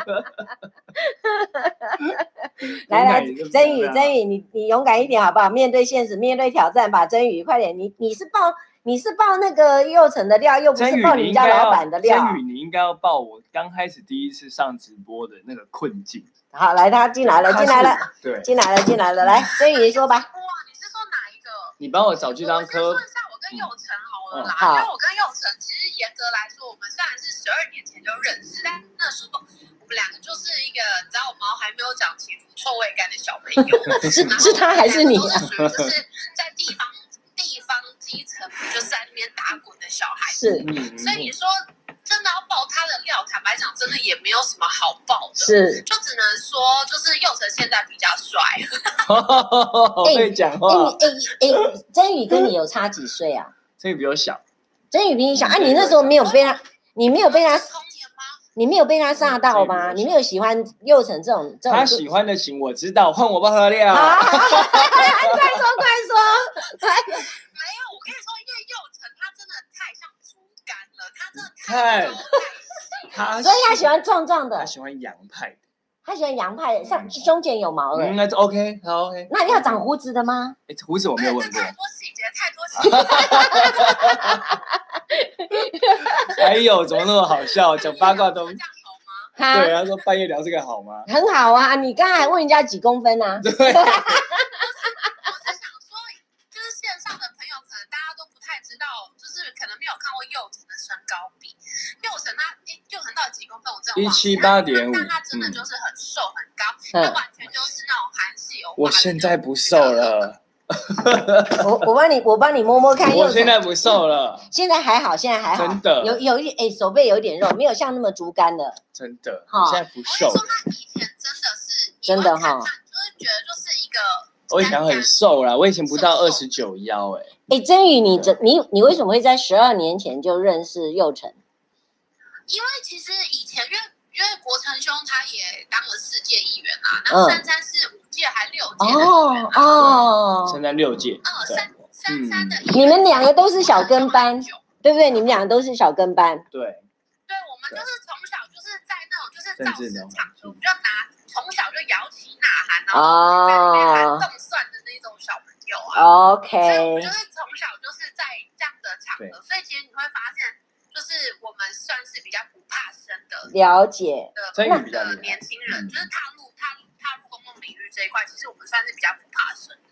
A: 来来，曾宇，曾宇，你你勇敢一点好不好？面对现实，面对挑战吧，曾宇，快点，你你是爆。你是爆那个佑成的料，又不是爆你们家老板的料。
B: 曾宇，你应该要爆我刚开始第一次上直播的那个困境。
A: 好，来，他进来了，进来了，
B: 对，
A: 进来了，进来了。来，曾宇说吧。
C: 哇，你是说哪一个？
B: 你帮我找这张科。
C: 我先说一下我跟佑成好了啦，嗯、因为我跟佑成其实严格来说，我们虽然是十二年前就认识，但那时候我们两个就是一个，你知道毛还没有长齐臭味感的小朋友。
A: 是是他还是你、啊？
C: 都是属于就是在地方。地方基层就是在那边打滚的小孩子，
A: 是，
C: 所以你说真的要爆他的料，坦白讲，真的也没有什么好爆的，
A: 是，
C: 就只能说就是佑成现在比较帅。
B: 我会讲话。
A: 哎哎哎，曾宇跟你有差几岁啊？
B: 曾宇比我小。
A: 曾宇比你小啊？你那时候没有被他，你没有被他。你没有被他煞到吗？你没有喜欢佑成这种这种？
B: 他喜欢的型我知道，换我爆他的料。
A: 快说快说！
C: 没有，我跟你说，因为佑成他真的太像竹竿了，他真的太高
B: 太细。
A: 所以他喜欢壮壮的。
B: 他喜欢洋派的。
A: 他喜欢洋派的，像胸前有毛的。
B: 应该是 OK， 好 OK。
A: 那要长胡子的吗？
B: 哎，胡子我没有问过。
C: 太多细节，太多细节。
B: 哎呦，怎么那么好笑？讲八卦都
C: 这样好吗？
B: 对，他说半夜聊这个好吗？
A: 很好啊，你刚才还问人家几公分啊？
B: 对。
C: 我是想说，就是线上的朋友可能大家都不太知道，就是可能没有看过佑成的身高比。佑成他，佑成到底几公分？我真的忘了。
B: 一七八点五。
C: 但他真的就是很瘦很高，他完全就是那种韩系欧巴。
B: 我现在不瘦了。
A: 我我帮你，我帮你摸摸看。
B: 我现在不瘦了，
A: 现在还好，现在还好，
B: 真的
A: 有有一哎、欸、手背有一点肉，没有像那么竹竿的，
B: 真的。我现在不瘦。
C: 我说他以前真的是
A: 真的哈，
C: 就是觉得就是一个。
B: 我以前很瘦啦，我以前不到二十九腰哎。
A: 哎，曾宇，你这你你为什么会在十二年前就认识佑成？
C: 因为其实以前因为因为国成兄他也当了四届议员啦，然后珊珊是五届还六届的议员
A: 哦，
B: 现在六届。
C: 嗯，珊珊珊的。
A: 你们两个都是小跟班，对不对？你们两个都是小跟班。
B: 对。
C: 对，我们就是从小就是在那种就是造势场合，我们就拿从小就摇旗呐喊，然后在那边喊动算的那种小朋友啊。
A: OK。
C: 所以我们就是从小就是在这样的场合，所以其实你会发现。就是我们算是比较不怕生的，
A: 了解
C: 的的年轻人，就是踏入踏入踏入公共领域这一块，其实我们算是比较不怕生的。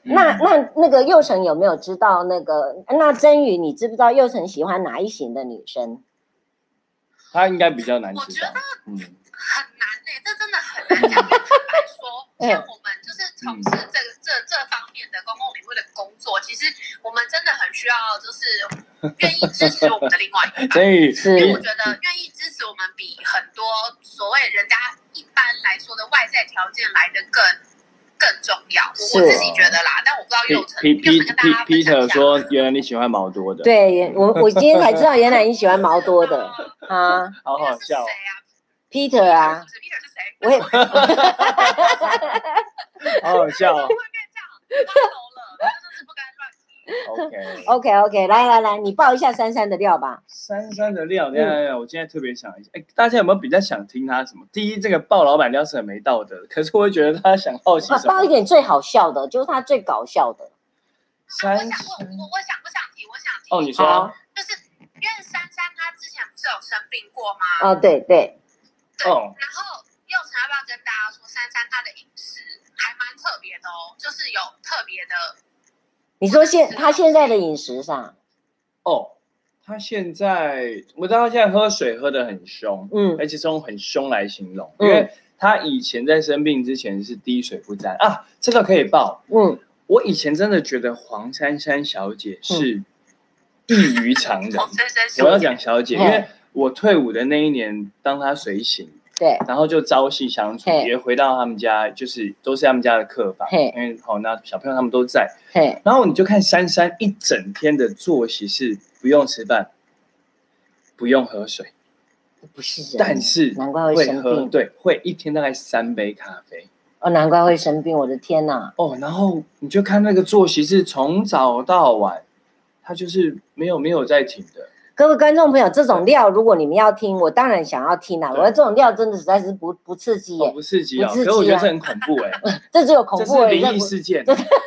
A: 那那那个佑成有没有知道那个？那真宇，你知不知道佑成喜欢哪一型的女生？
B: 他应该比较难知道。
C: 我觉得嗯很难呢、欸，这真的很难讲。坦白说，像我们就是从事这个这这方面的公共领域的工作，其实我们真的很需要，就是愿意支持我们的另外一半。
B: 所以，
C: 因为我觉得愿意支持我们，比很多所谓人家一般来说的外在条件来的更更重要。我自己觉得啦，但我不知道佑成。佑成跟大家分享一下。
B: Peter 说，原来你喜欢毛多的。
A: 对，我我今天才知道，原来你喜欢毛多的啊，
B: 好好笑。
C: 谁啊
A: ？Peter 啊。
C: Peter 是谁？
A: 我也。
B: 好好笑哦。
C: 会变这样，发抖了，就是不该乱提。
B: OK
A: OK OK， 来来来，你爆一下珊珊的料吧。
B: 珊珊的料，等一下，我现在特别想一下，哎，大家有没有比较想听他什么？第一，这个爆老板料是很没道德，可是我会觉得他想好奇什么？
A: 爆一点最好笑的，就是他最搞笑的。
C: 珊珊，我我我想我想提，我想提。
B: 哦，你说。
C: 就是因为珊珊她之前不是有生病过吗？
A: 哦，对对。
C: 对。哦。然后佑成要不要跟大家说，珊珊她的饮食还蛮特别的哦，就是有特别的。
A: 你说现他现在的饮食上？
B: 哦，他现在我知道他现在喝水喝得很凶，嗯，而且是用很凶来形容，嗯、因为他以前在生病之前是滴水不沾啊，这个可以报，嗯，我以前真的觉得黄珊珊小姐是异于常人，我要讲小姐，因为我退伍的那一年，当她随行。
A: 对，
B: 然后就朝夕相处，也回到他们家，就是都是他们家的客房，因为好、哦、那小朋友他们都在。然后你就看珊珊一整天的作息是不用吃饭，不用喝水，
A: 不是人，
B: 但是
A: 难怪会生病，
B: 对，会一天大概三杯咖啡。
A: 哦，难怪会生病，我的天哪！
B: 哦，然后你就看那个作息是从早到晚，他就是没有没有在停的。
A: 各位观众朋友，这种料如果你们要听，我当然想要听啦。我的这种料真的实在是不不刺激耶、欸
B: 哦，不刺激啊！可是我觉得这很恐怖哎、
A: 欸，这只有恐怖而已，
B: 这是灵异事件，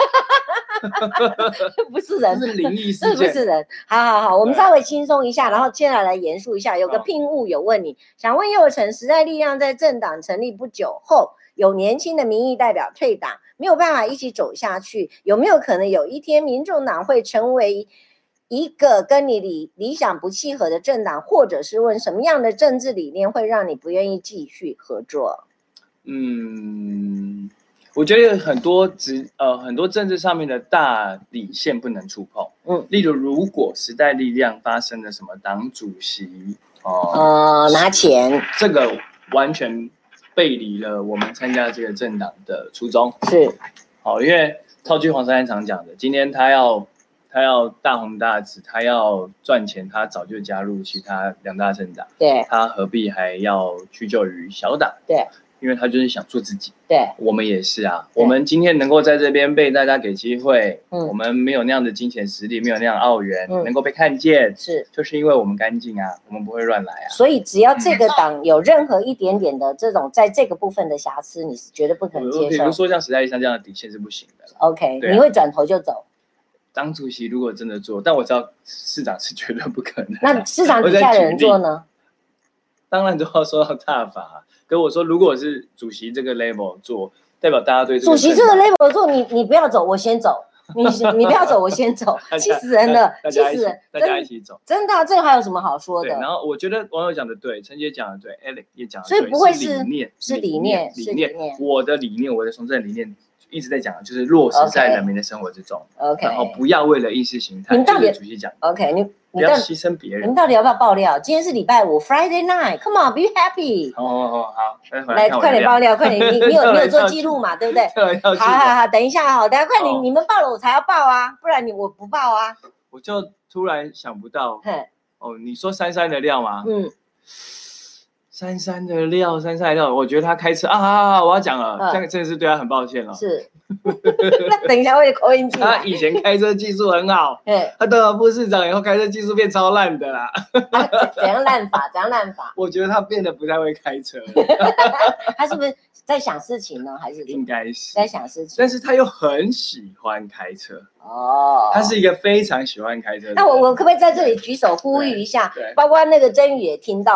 A: 不是人，
B: 这是灵异事件，
A: 这不是人。好好好，我们稍微轻松一下，然后接下来来严肃一下。有个聘务有问你，想问佑成，时代力量在政党成立不久后，有年轻的民意代表退党，没有办法一起走下去，有没有可能有一天民众党会成为一个跟你理理想不契合的政党，或者是问什么样的政治理念会让你不愿意继续合作？
B: 嗯，我觉得很多职呃很多政治上面的大底线不能触碰。嗯，例如如果时代力量发生了什么党主席哦、
A: 呃呃、拿钱，
B: 这个完全背离了我们参加这个政党的初衷。
A: 是，
B: 好、哦，因为套句黄珊珊常讲的，今天他要。他要大红大紫，他要赚钱，他早就加入其他两大政党。
A: 对，
B: 他何必还要屈就于小党？
A: 对，
B: 因为他就是想做自己。
A: 对，
B: 我们也是啊。我们今天能够在这边被大家给机会，嗯，我们没有那样的金钱实力，没有那样的澳元，嗯、能够被看见，
A: 是，
B: 就是因为我们干净啊，我们不会乱来啊。
A: 所以只要这个党有任何一点点的这种在这个部分的瑕疵，你是绝对不可能接受。
B: 比如说像时代力量这样的底线是不行的。
A: OK，、啊、你会转头就走。
B: 党主席如果真的做，但我知道市长是绝对不可能。
A: 那市长底下的人做呢？
B: 当然都要受到挞伐。可我说，如果是主席这个 level 做，代表大家对这个
A: 主席这个 level 做，你你不要走，我先走。你你不要走，我先走，气死人了，气死人！
B: 大家一起走，
A: 真的、啊，这个还有什么好说的？
B: 对，然后我觉得网友讲的对，陈姐讲的对 ，Alex 也讲的
A: 对，所以不会是
B: 理念，
A: 是理念，
B: 理念，我的理念，我的从政理念。一直在讲的就是落实在人民的生活之中
A: ，OK，
B: 然后不要为了意识形态，就是主席讲
A: ，OK， 你
B: 不要牺牲别人。
A: 你们到底要不要爆料？今天是礼拜五 ，Friday night，Come on，be happy。
B: 哦哦好，
A: 来快点爆料，快点，你你有你有做记录嘛？对不对？好好好，等一下哈，等下快你你们爆了我才要爆啊，不然你我不爆啊。
B: 我就突然想不到，哦，你说珊珊的料吗？嗯。珊珊的料，珊珊的料，我觉得他开车啊啊啊！我要讲了，这样真的是对他很抱歉了。
A: 是，那等一下我也口音进来。
B: 他以前开车技术很好，他当了副市长以后开车技术变超烂的啦。
A: 怎样烂法？怎样烂法？
B: 我觉得他变得不太会开车。
A: 他是不是在想事情呢？还是
B: 应该是
A: 在想事情？
B: 但是他又很喜欢开车哦，他是一个非常喜欢开车的人。
A: 那我我可不可以在这里举手呼吁一下？包括那个真宇也听到哦。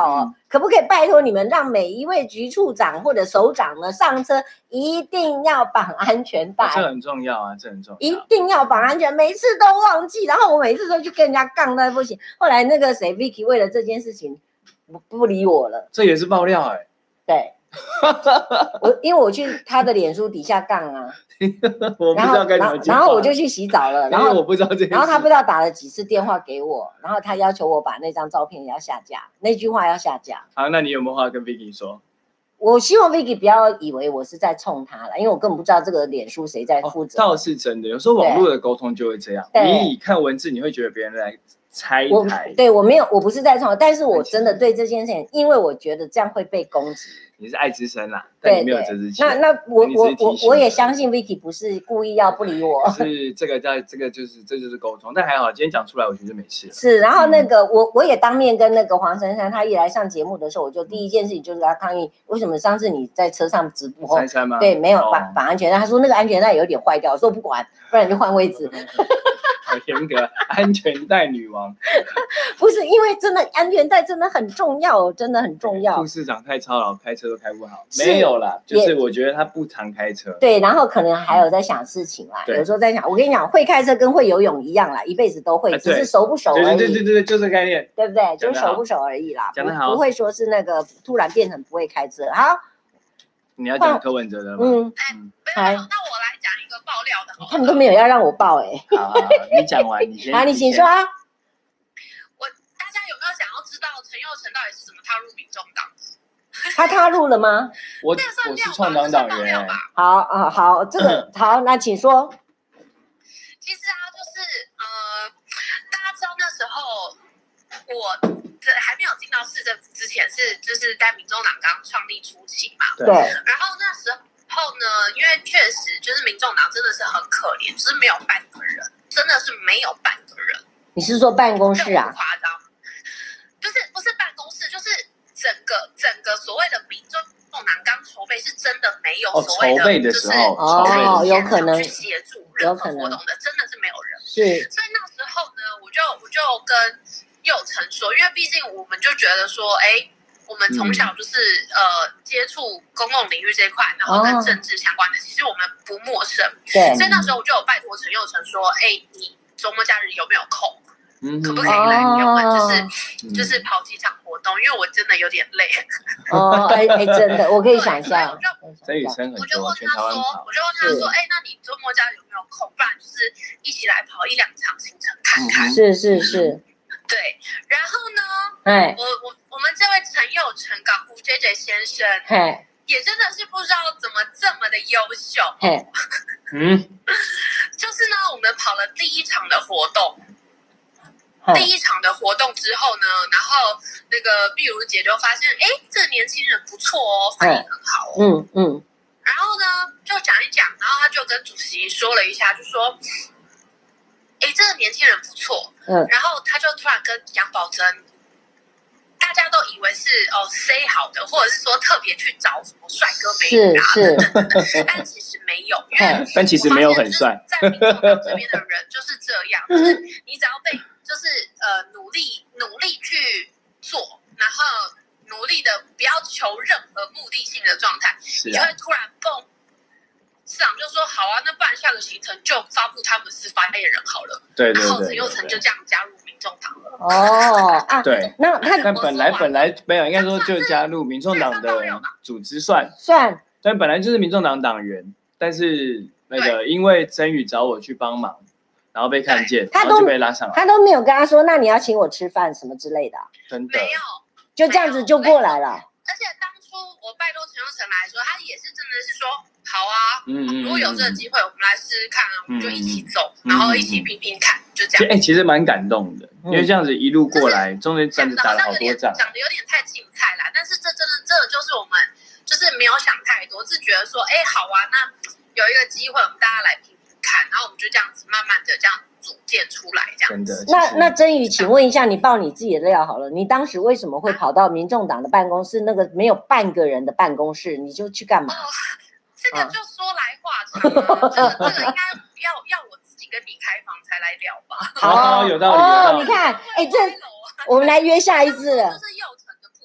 A: 可不可以拜托你们，让每一位局处长或者首长呢上车一定要绑安全带？
B: 这很重要啊，这很重要，
A: 一定要绑安全，每次都忘记，然后我每次都去跟人家杠到不行。后来那个谁 Vicky 为了这件事情不不理我了，
B: 这也是爆料哎、欸。
A: 对。我因为我去他的脸书底下杠啊，
B: 我不知道该怎么接。
A: 然后我就去洗澡了，然后
B: 我不知道这，
A: 然后他不知道打了几次电话给我，然后他要求我把那张照片要下架，那句话要下架。
B: 好，那你有没有话跟 Vicky 说？
A: 我希望 Vicky 不要以为我是在冲他了，因为我根本不知道这个脸书谁在负责。
B: 哦、倒是真的，有时候网络的沟通就会这样，你看文字你会觉得别人在拆台。对，
A: 我没有，我不是在冲，但是我真的对这件事情，因为我觉得这样会被攻击。
B: 你是爱之深啦，但你没有责之切。
A: 那那我我我我也相信 Vicky 不是故意要不理我，
B: 是这个在这个就是这就是沟通，但还好今天讲出来，我觉得没事。
A: 是，然后那个、嗯、我我也当面跟那个黄珊珊，他一来上节目的时候，我就第一件事情就是跟他抗议，为什么上次你在车上直播？
B: 珊珊吗？
A: 对，没有绑绑安全带，他说那个安全带有点坏掉，我说不管，不然你就换位置。
B: 好严格，安全带女王。
A: 不是因为真的安全带真的很重要，真的很重要。
B: 副市长太操劳，开车都开不好。没有啦，就是我觉得他不常开车。
A: 对，然后可能还有在想事情啦，有时候在想，我跟你讲，会开车跟会游泳一样啦，一辈子都会，只是熟不熟而已。
B: 对对对对对，就这概念，
A: 对不对？就是熟不熟而已啦，
B: 讲得好，
A: 不会说是那个突然变成不会开车。好，
B: 你要讲柯文哲的吗？
C: 嗯嗯，那我来讲一个爆料的。
A: 他们都没有要让我爆哎。
B: 好，你讲完，你先。
A: 好，你请说啊。
C: 我大家有没有想要知道陈佑成到底是怎么踏入民众党的？
A: 他踏入了吗？
B: 我我是创党党员。
A: 好啊，好，这个好，那请说。
C: 其实啊，就是呃，大家知道那时候我这还没有进到市政府之前，是就是在民众党刚创立初期嘛。
A: 对。
C: 然后那时候呢，因为确实就是民众党真的是很可怜，就是没有半个人，真的是没有半个人。
A: 你是说办公室啊？
C: 夸张，就是不是办公室，就是整个整个所谓的民众党刚筹备，是真的没有所谓的，
B: 筹备的时候
A: 哦，有可能
C: 去协助任何活动的，真的是没有人。
A: 是，
C: 所以那时候呢，我就我就跟佑成说，因为毕竟我们就觉得说，哎。我们从小就是、嗯、呃接触公共领域这一块，然后跟政治相关的，哦、其实我们不陌生。
A: 对，
C: 所以那时候我就有拜托陈佑成说：“哎，你周末假日有没有空？
B: 嗯、
C: 可不可以来陪我们？就是、嗯、就是跑几场活动？因为我真的有点累。”
A: 哦，哎哎，真的，我可以想象。
B: 陈宇生很多，
C: 我就问他说：“我就问他说，哎，那你周末假日有没有空？不然就是一起来跑一两场行程看看。”
A: 是是是。
C: 对，然后呢？
A: 哎，
C: 我我我们这位陈佑成港湖 J J 先生，
A: 嘿，
C: 也真的是不知道怎么这么的优秀。
A: 嘿，
B: 嗯，
C: 就是呢，我们跑了第一场的活动，第一场的活动之后呢，然后那个碧如姐就发现，哎，这个年轻人不错哦，反应很好哦。
A: 嗯嗯。
C: 然后呢，就讲一讲，然后他就跟主席说了一下，就说。哎，这个年轻人不错，
A: 嗯，
C: 然后他就突然跟杨宝珍，大家都以为是哦 say 好的，或者是说特别去找什么帅哥美女啊等等等等，但其实没有，因为
B: 但其实没有很帅，
C: 在民众党这边的人就是这样，就是你只要被就是呃努力努力去做，然后努力的不要求任何目的性的状态，你就会突然蹦。市长就说好啊，那不然下个行程就发布他们是发言人好了。
B: 对对对。
C: 然后陈佑成就这样加入民众党了。
A: 哦啊，
B: 对。
A: 那他
B: 但本来本来没有，应该说就加入民众党的组织算
A: 算。
B: 但本来就是民众党党员，但是那个因为曾宇找我去帮忙，然后被看见，然后就被拉上来。
A: 他都没有跟他说，那你要请我吃饭什么之类的。
B: 真的。
C: 没有。
A: 就这样子就过来了。
C: 而且当初我拜托陈佑成来说，他也是真的是说。好啊，嗯，如果有这个机会，我们来试试看啊，我们就一起走，然后一起拼拼看，就这样。
B: 哎，其实蛮感动的，因为这样子一路过来，中间真的打了好多仗。
C: 讲的有点太精彩啦，但是这真的，这就是我们就是没有想太多，是觉得说，哎，好啊，那有一个机会，我们大家来拼拼看，然后我们就这样子慢慢的这样组建出来，这样子。
A: 那那真宇，请问一下，你爆你自己的料好了，你当时为什么会跑到民众党的办公室，那个没有半个人的办公室，你就去干嘛？
C: 这个就说来话长了，这个这个应该要要我自己跟你开房才来聊吧。
B: 好，有道理。
A: 哦，你看，哎，这我们来约下一次。
C: 就是佑成的部分。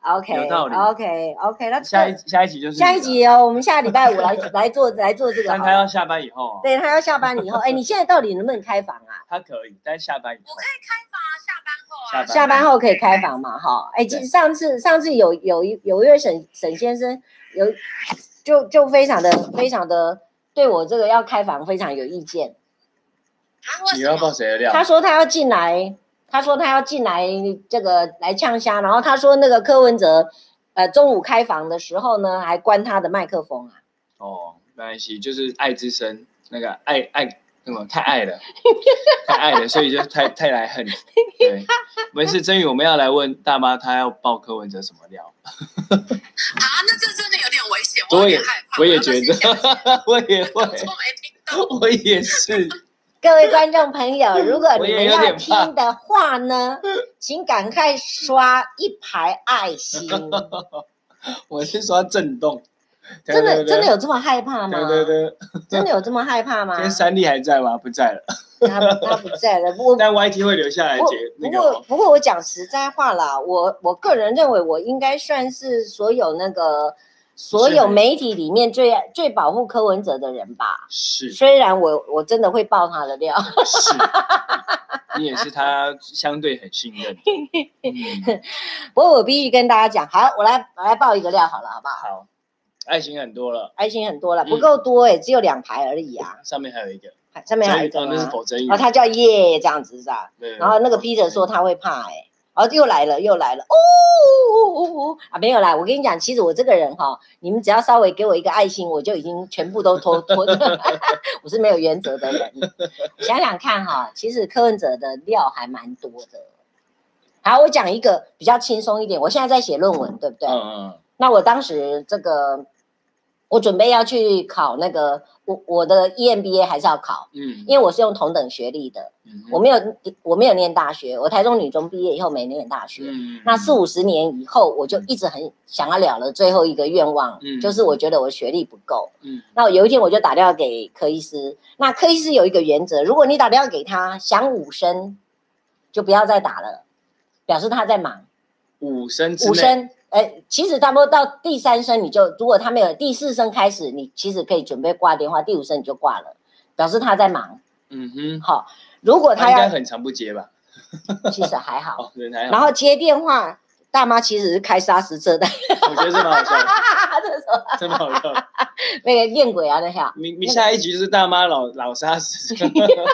A: OK，
B: 有道理。
A: OK OK， 那
B: 下一下一集就是
A: 下一集哦，我们下礼拜五来来做来做这个。
B: 但他要下班以后、哦。
A: 对，他要下班以后。哎，你现在到底能不能开房啊？
B: 他可以，但下班以后。
C: 我可以开房啊，下班后啊。
B: 下班
A: 下班后可以开房嘛？哈，哎，其实上次上次有有一有一位沈沈先生有就就非常的非常的对我这个要开房非常有意见。
B: 你要爆谁的料？
A: 他说他要进来。他说他要进来这个来呛虾，然后他说那个柯文哲，呃，中午开房的时候呢，还关他的麦克风啊。
B: 哦，没关系，就是爱之深，那个爱爱什么太爱了，太爱了，所以就太太来恨。对，没事，真宇，我们要来问大妈，她要爆柯文哲什么料？
C: 啊，那这真的有点危险，我有点害怕。
B: 我也觉得，我也会，我也是。
A: 各位观众朋友，如果你们要听的话呢，请赶快刷一排爱心。
B: 我是说震动，
A: 真的真的有这么害怕吗？
B: 对对对，
A: 真的有这么害怕吗？
B: 今天三立还在吗？不在了，
A: 他他不在了。我
B: 但 Y T 会留下来解那个。
A: 不过不过我讲实在话啦，我我个人认为我应该算是所有那个。所有媒体里面最最保护柯文哲的人吧，
B: 是。
A: 虽然我我真的会爆他的料，
B: 是。你也是他相对很信任。
A: 嗯、不过我必须跟大家讲，好，我来我来爆一个料好了，好不好？
B: 好，爱心很多了，
A: 爱心很多了，不够多哎、欸，只有两排而已啊。
B: 上面还有一个，
A: 上面还有一个，
B: 哦，那是否争议。
A: 哦，他叫耶这样子是吧？然后那个 Peter 说他会怕哎、欸。然后又来了，又来了，哦哦哦哦啊，没有啦！我跟你讲，其实我这个人哈，你们只要稍微给我一个爱心，我就已经全部都拖拖的。我是没有原则的人。想想看哈，其实柯文哲的料还蛮多的。好，我讲一个比较轻松一点。我现在在写论文，对不对？嗯嗯。那我当时这个，我准备要去考那个，我我的 E M B A 还是要考，嗯，因为我是用同等学历的。我没有，我没有念大学，我台中女中毕业以后没念大学。嗯、那四五十年以后，我就一直很想要了了最后一个愿望，嗯、就是我觉得我学历不够。嗯、那有一天我就打电话给柯医师，那柯医师有一个原则，如果你打电话给他响五声，就不要再打了，表示他在忙。
B: 五声之内。
A: 五声，哎，其实差不多到第三声你就，如果他没有第四声开始，你其实可以准备挂电话，第五声你就挂了，表示他在忙。嗯哼，好。如果他要，
B: 应该很常不接吧？
A: 其实还好，
B: 哦、人还好。
A: 然后接电话，大妈其实是开砂石车的。
B: 我觉得这蛮好笑的，真的好笑。
A: 那个验鬼啊，那下。
B: 你你下一集就是大妈老老砂石车。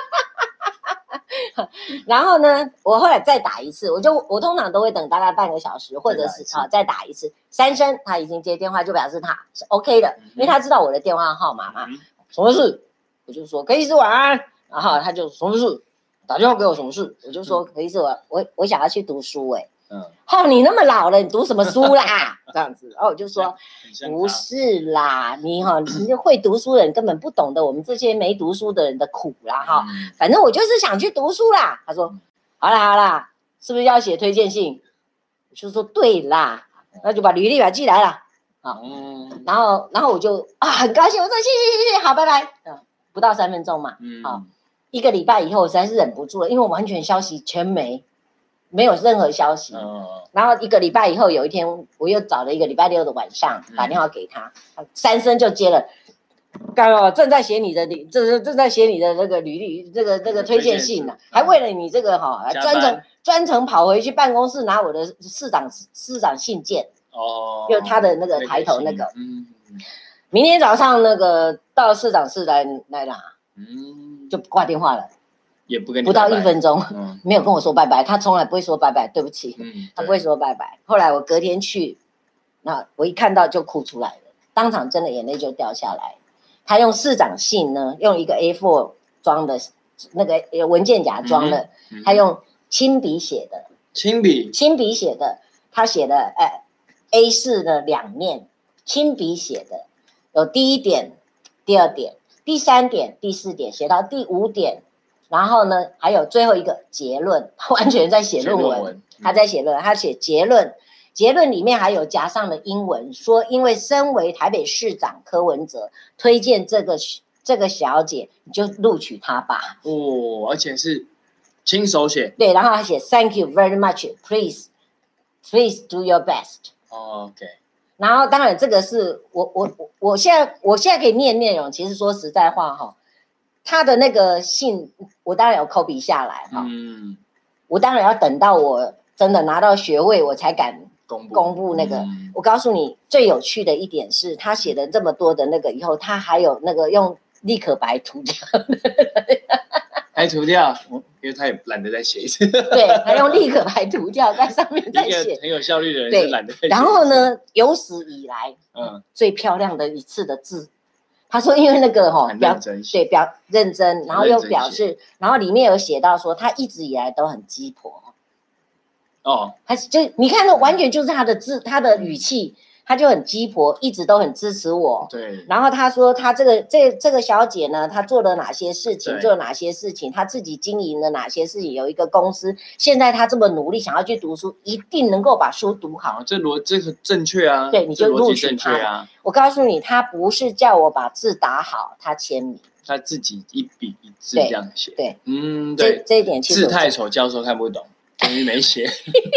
A: 然后呢，我后来再打一次，我就我通常都会等大概半个小时，或者是啊再打一次，三声他已经接电话，就表示他是 OK 的，嗯、因为他知道我的电话号码嘛。嗯、什么事？我就说柯医师晚安。然后他就什么事打电话给我什么事，我就说柯医师我我我想要去读书哎、欸，嗯，哦你那么老了，你读什么书啦？这样子，然后我就说不是啦，你哈你会读书的人根本不懂得我们这些没读书的人的苦啦哈，嗯、反正我就是想去读书啦。他说好啦好啦，是不是要写推荐信？我就说对啦，那就把履历表寄来了，好，嗯，然后然后我就啊很高兴，我说谢谢谢谢，好拜拜，嗯，不到三分钟嘛，嗯，好。一个礼拜以后，我实在是忍不住了，因为我完全消息全没，没有任何消息。嗯、然后一个礼拜以后，有一天我又找了一个礼拜六的晚上打电话给他，嗯、三声就接了。刚刚正在写你的履，这是正在写你的那个履历，这个这个推荐信呢、啊，还为了你这个哈、哦，专程专程跑回去办公室拿我的市长市长信件。哦，就他的那个抬头那个。嗯。明天早上那个到市长室来来拿。嗯。就挂电话了，
B: 也不跟你
A: 不到一分钟，嗯、没有跟我说拜拜。他从来不会说拜拜，对不起，嗯、他不会说拜拜。后来我隔天去，那我一看到就哭出来了，当场真的眼泪就掉下来。他用市长信呢，用一个 A 四 装的那个文件夹装的，嗯嗯、他用亲笔写的，
B: 亲笔
A: 亲笔写的，他写的哎 A 四 的两面，亲笔写的，有第一点，第二点。第三点、第四点写到第五点，然后呢，还有最后一个结论，他完全在写论文，论文嗯、他在写论文，他写结论，结论里面还有加上了英文，说因为身为台北市长柯文哲推荐这个这个小姐，你就录取她吧。
B: 哦，而且是亲手写。
A: 对，然后他写 Thank you very much, please, please do your best。
B: 哦 ，OK。
A: 然后当然这个是我我我我现在我现在可以念内容，其实说实在话哈，他的那个信我当然有 copy 下来哈，嗯，我当然要等到我真的拿到学位我才敢公布公布那个。嗯、我告诉你，最有趣的一点是他写了这么多的那个以后，他还有那个用立可白涂掉。
B: 还涂掉，因为他也懒得再写一次。
A: 对，他用立可白涂掉，在上面再写。
B: 很有效率的人是懒得再写。
A: 然后呢，有史以来，嗯，最漂亮的一次的字，他说，因为那个哈、哦、表对表认真，然后又表示，然后里面有写到说，他一直以来都很鸡婆。哦，还是就你看，那完全就是他的字，他的语气。他就很鸡婆，一直都很支持我。对。然后他说，他这个这这个小姐呢，她做了哪些事情，做了哪些事情，她自己经营了哪些事情，有一个公司。现在她这么努力，想要去读书，一定能够把书读好。
B: 这逻这个正确啊。
A: 对，你就录取他啊。我告诉你，他不是叫我把字打好，他签名。
B: 他自己一笔一字这样写。
A: 对。嗯，对。这这一点其实
B: 字太丑，教授看不懂，等于没写。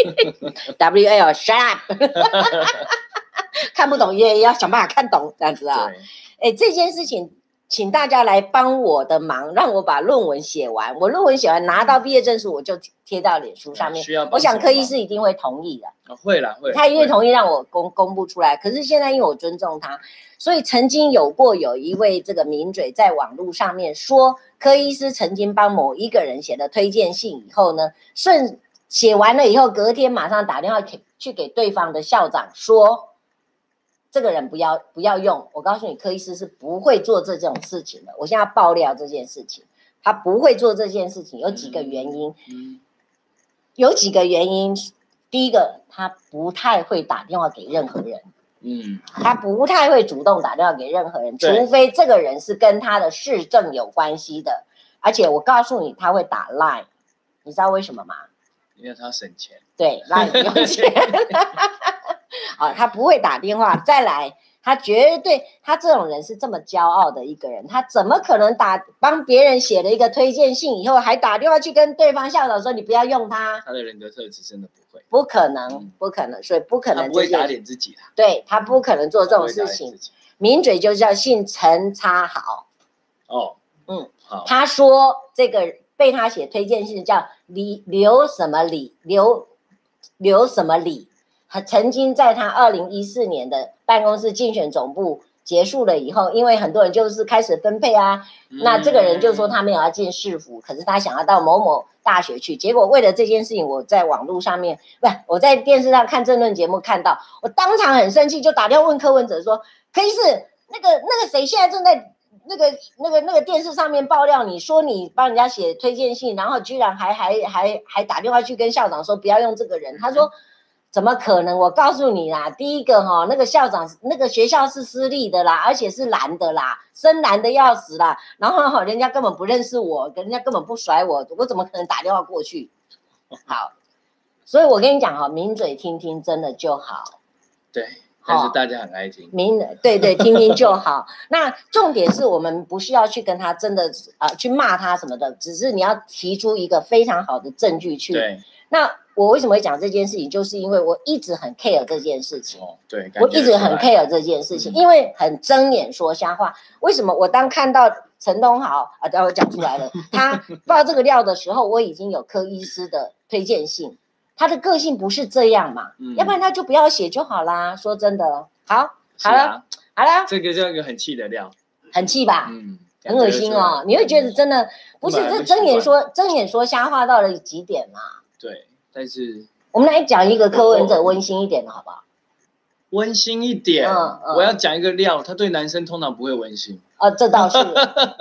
A: W L shut up。看不懂也要想办法看懂，这样子啊。哎，这件事情，请大家来帮我的忙，让我把论文写完。我论文写完，拿到毕业证书，我就贴到脸书上面。我想柯医师一定会同意的。
B: 哦、会啦，会。
A: 他一定同意让我公公布出来。可是现在因为我尊重他，所以曾经有过有一位这个名嘴在网络上面说，柯医师曾经帮某一个人写了推荐信以后呢，顺写完了以后，隔天马上打电话给去给对方的校长说。这个人不要不要用，我告诉你，柯医师是不会做这种事情的。我现在要爆料这件事情，他不会做这件事情，有几个原因。嗯、有几个原因，第一个，他不太会打电话给任何人。嗯，他不太会主动打电话给任何人，除非这个人是跟他的市政有关系的。而且我告诉你，他会打 Line， 你知道为什么吗？
B: 因为他省钱。
A: 对 ，Line 不用钱。啊，他不会打电话。再来，他绝对，他这种人是这么骄傲的一个人，他怎么可能打帮别人写了一个推荐信以后，还打电话去跟对方校长说你不要用他？
B: 他的人格特质真的不会，
A: 不可能，嗯、不可能，所以不可能。
B: 他不会打脸自己啦。
A: 对，他不可能做这种事情。名嘴就叫姓陈插豪。哦，嗯，好。他说这个被他写推荐信叫李刘什么李刘刘什么李。他曾经在他二零一四年的办公室竞选总部结束了以后，因为很多人就是开始分配啊，嗯、那这个人就说他没有要进市府，可是他想要到某某大学去，结果为了这件事情，我在网络上面不是我在电视上看政论节目看到，我当场很生气，就打电话问柯文哲说，柯医师，那个那个谁现在正在那个那个那个电视上面爆料，你说你帮人家写推荐信，然后居然还还还还打电话去跟校长说不要用这个人，他说。怎么可能？我告诉你啦，第一个哈、哦，那个校长那个学校是私立的啦，而且是蓝的啦，深蓝的要死啦。然后哈，人家根本不认识我，人家根本不甩我，我怎么可能打电话过去？好，所以我跟你讲哈，抿嘴听听真的就好。
B: 对，但是大家很爱听。
A: 抿对对，听听就好。那重点是我们不需要去跟他真的啊、呃、去骂他什么的，只是你要提出一个非常好的证据去。
B: 对。
A: 那我为什么会讲这件事情，就是因为我一直很 care 这件事情。
B: 哦，对，
A: 我一直很 care 这件事情，嗯、因为很睁眼说瞎话。为什么？我当看到陈东豪啊，等我讲出来了，他爆这个料的时候，我已经有柯医师的推荐信，他的个性不是这样嘛，嗯、要不然他就不要写就好啦。说真的，好，好了，啊、好了，
B: 这个叫一个很气的料，
A: 很气吧？嗯。很恶心哦，你会觉得真的不是这睁眼说睁眼说瞎话到了极点嘛？
B: 对。但是
A: 我们来讲一个柯文哲温馨一点的好不好？
B: 温馨一点，嗯嗯、我要讲一个料，他对男生通常不会温馨。
A: 啊，这倒是，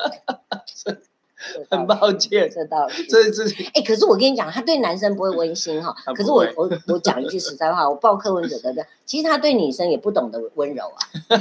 B: 很抱歉，
A: 这倒是，
B: 这这
A: 哎，可是我跟你讲，他对男生不会温馨哈。可是我我我讲一句实在话，我爆柯文哲的，其实他对女生也不懂得温柔啊。
C: 对，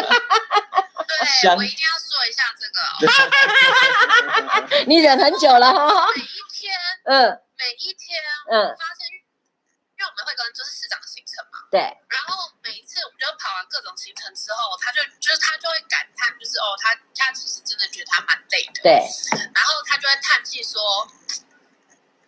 C: 我一定要说一下这
A: 个。你忍很久了哈。
C: 每一天，嗯。每一天，嗯，发现，因为我们会跟就是市长行程嘛，
A: 对，
C: 然后每一次我们就跑完各种行程之后，他就就是他就会感叹，就是哦，他他其实真的觉得他蛮累的，
A: 对，
C: 然后他就会叹气说，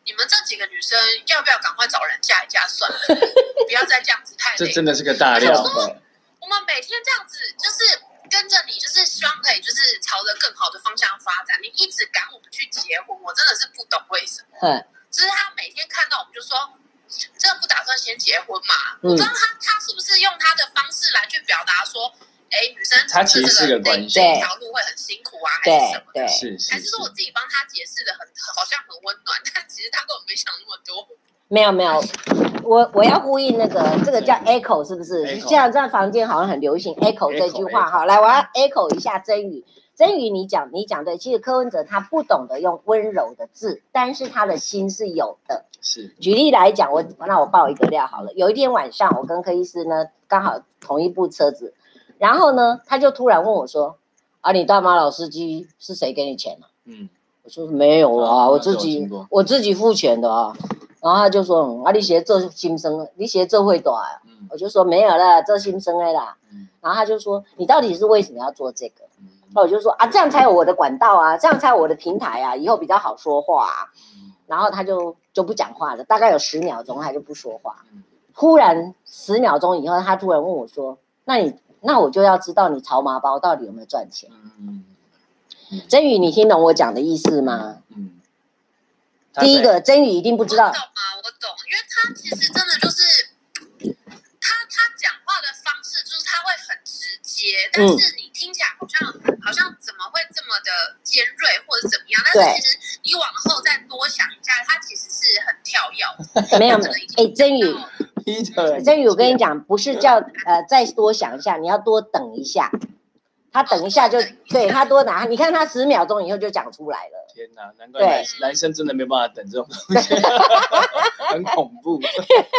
C: 你们这几个女生要不要赶快找人嫁一嫁算了，不要再这样子太累。
B: 这真的是个大料。
C: 我们每天这样子就是跟着你，就是希望可以就是朝着更好的方向发展。你一直赶我们去结婚，我真的是不懂为什么。嗯，只是他每天看到我们就说，真的不打算先结婚嘛？嗯、我不知道他他是不是用他的方式来去表达说，哎，女生
B: 他其实是个关系，
C: 这一条路会很辛苦啊，还是什么的？
B: 是是。
C: 还是说我自己帮他解释的很好像很温暖，但其实他根本没想那么多。
A: 没有没有，我我要呼应那个，这个叫 echo 是不是？现在在房间好像很流行 echo 这句话哈。来，我要 echo 一下真宇，真宇你讲你讲对，其实柯文哲他不懂得用温柔的字，但是他的心是有的。
B: 是。
A: 举例来讲，我那我爆一个料好了。有一天晚上，我跟柯医师呢刚好同一部车子，然后呢他就突然问我说：“啊，你大妈老司机是谁给你钱啊？”嗯，我说没有啊，我自己我自己付钱的啊。然后他就说：“嗯、啊，你写这心声，你写这会大呀？”嗯、我就说：“没有啦，这心声的啦。嗯”然后他就说：“你到底是为什么要做这个？”嗯、我就说：“啊，这样才有我的管道啊，这样才有我的平台啊，以后比较好说话啊。嗯”然后他就就不讲话了，大概有十秒钟，他就不说话。嗯、忽然十秒钟以后，他突然问我说：“那你那我就要知道你潮麻包到底有没有赚钱？”嗯嗯、真宇，你听懂我讲的意思吗？嗯。第一个，真宇一定不知道。
C: 我懂啊，我懂，因为他其实真的就是他他讲话的方式，就是他会很直接，但是你听起来好像好像怎么会这么的尖锐或者怎么样？但是其实你往后再多想一下，他其实是很跳跃。
A: 没有没有，哎，真宇，真宇，我跟你讲，不是叫呃再多想一下，你要多等一下。他等一下就、哦、对他多拿，你看他十秒钟以后就讲出来了。
B: 天哪，难怪男男生真的没办法等这种东西，很恐怖。
C: 就是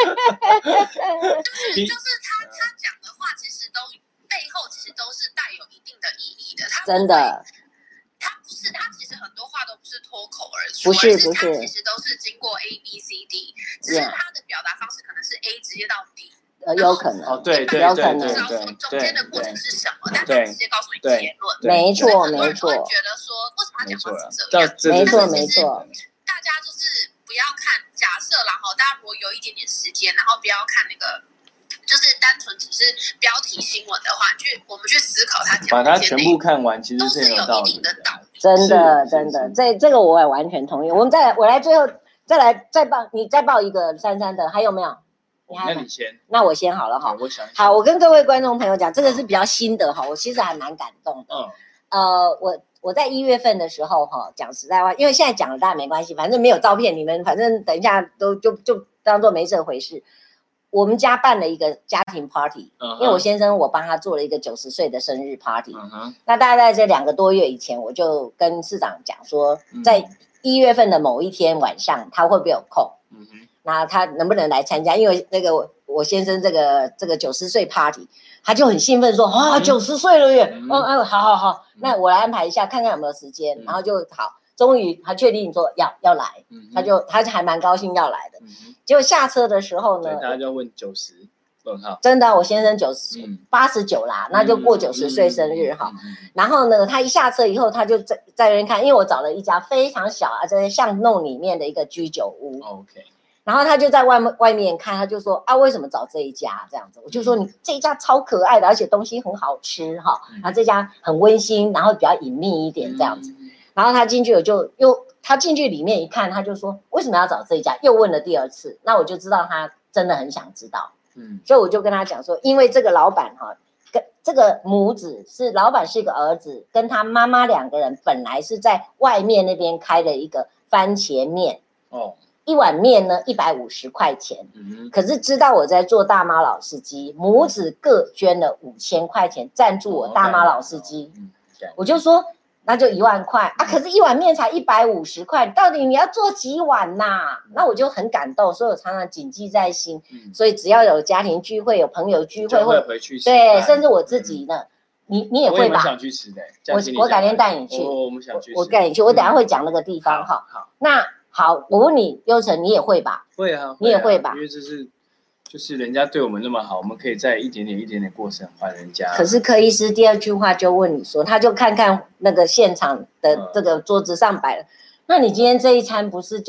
C: 就是他他讲的话，其实都背后其实都是带有一定的意义的。他
A: 真的，
C: 他不是他其实很多话都不是脱口而出，
A: 不是不是，
C: 他其实都是经过 A B C D， 只是他的表达方式可能是 A 直接到 D。
A: 呃，有可能
B: 哦，对对
A: 对对
C: 对，不知道说中间的过程是什么，但他直接告诉你结论，
A: 没错没错。
C: 会觉得说，为什么他讲话是这样？
A: 没错没错。
C: 大家就是不要看，假设然后大家如果有一点点时间，然后不要看那个，就是单纯只是标题新闻的话，去我们去思考他讲
B: 把它全部看完，其实是
C: 有一定的道理。
A: 真的真的，这这个我也完全同意。我们再来，我来最后再来再报，你再报一个珊珊的，还有没有？
B: 那你先，
A: 那我先好了哈。
B: 我想
A: 好，我跟各位观众朋友讲，这个是比较新的哈，我其实还蛮感动的。嗯，呃，我我在一月份的时候哈，讲实在话，因为现在讲了大家没关系，反正没有照片，你们反正等一下都就就当做没这回事。我们家办了一个家庭 party，、uh-huh. 因为我先生我帮他做了一个九十岁的生日 party。Uh-huh. 那大概在这两个多月以前，我就跟市长讲说，在一月份的某一天晚上，他会不会有空？嗯哼。那他能不能来参加？因为那个我先生这个这个九十岁 party， 他就很兴奋说啊，九十岁了耶！嗯嗯，好好好，那我来安排一下，看看有没有时间。嗯、然后就好，终于他确定说要要来，嗯、他就他还蛮高兴要来的。嗯、结果下车的时候呢，
B: 大家就问九十问号，
A: 真的，我先生九十八十九啦，那就过九十岁生日哈。嗯嗯、然后呢，他一下车以后，他就在在那边看，因为我找了一家非常小啊，在巷弄里面的一个居酒屋。
B: OK。
A: 然后他就在外面外面看，他就说啊，为什么找这一家这样子？我就说你这一家超可爱的，而且东西很好吃哈。然后这家很温馨，然后比较隐秘一点这样子。然后他进去我就又他进去里面一看，他就说为什么要找这一家？又问了第二次，那我就知道他真的很想知道。嗯，所以我就跟他讲说，因为这个老板哈，跟这个母子是老板是一个儿子，跟他妈妈两个人本来是在外面那边开了一个番茄面哦。一碗面呢，一百五十块钱。嗯，可是知道我在做大妈老司机，母子各捐了五千块钱赞助我大妈老司机。嗯，我就说那就一万块啊，可是一碗面才一百五十块，到底你要做几碗呐、啊？那我就很感动，所以我常常谨记在心。嗯，所以只要有家庭聚会、有朋友聚会，
B: 会回去吃。
A: 对，甚至我自己呢，嗯、你你也会吧？
B: 我想去吃的。
A: 我我改天带你去。
B: 我我们想去吃。
A: 我带你去，我等一下会讲那个地方哈。好，那。好，我问你，优成，你也会吧？
B: 会啊，
A: 你也会吧？
B: 因为这是，就是人家对我们那么好，我们可以再一点点、一点点过程还人家。
A: 可是柯医师第二句话就问你说，他就看看那个现场的这个桌子上摆了，嗯、那你今天这一餐不是就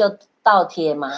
A: 倒贴吗？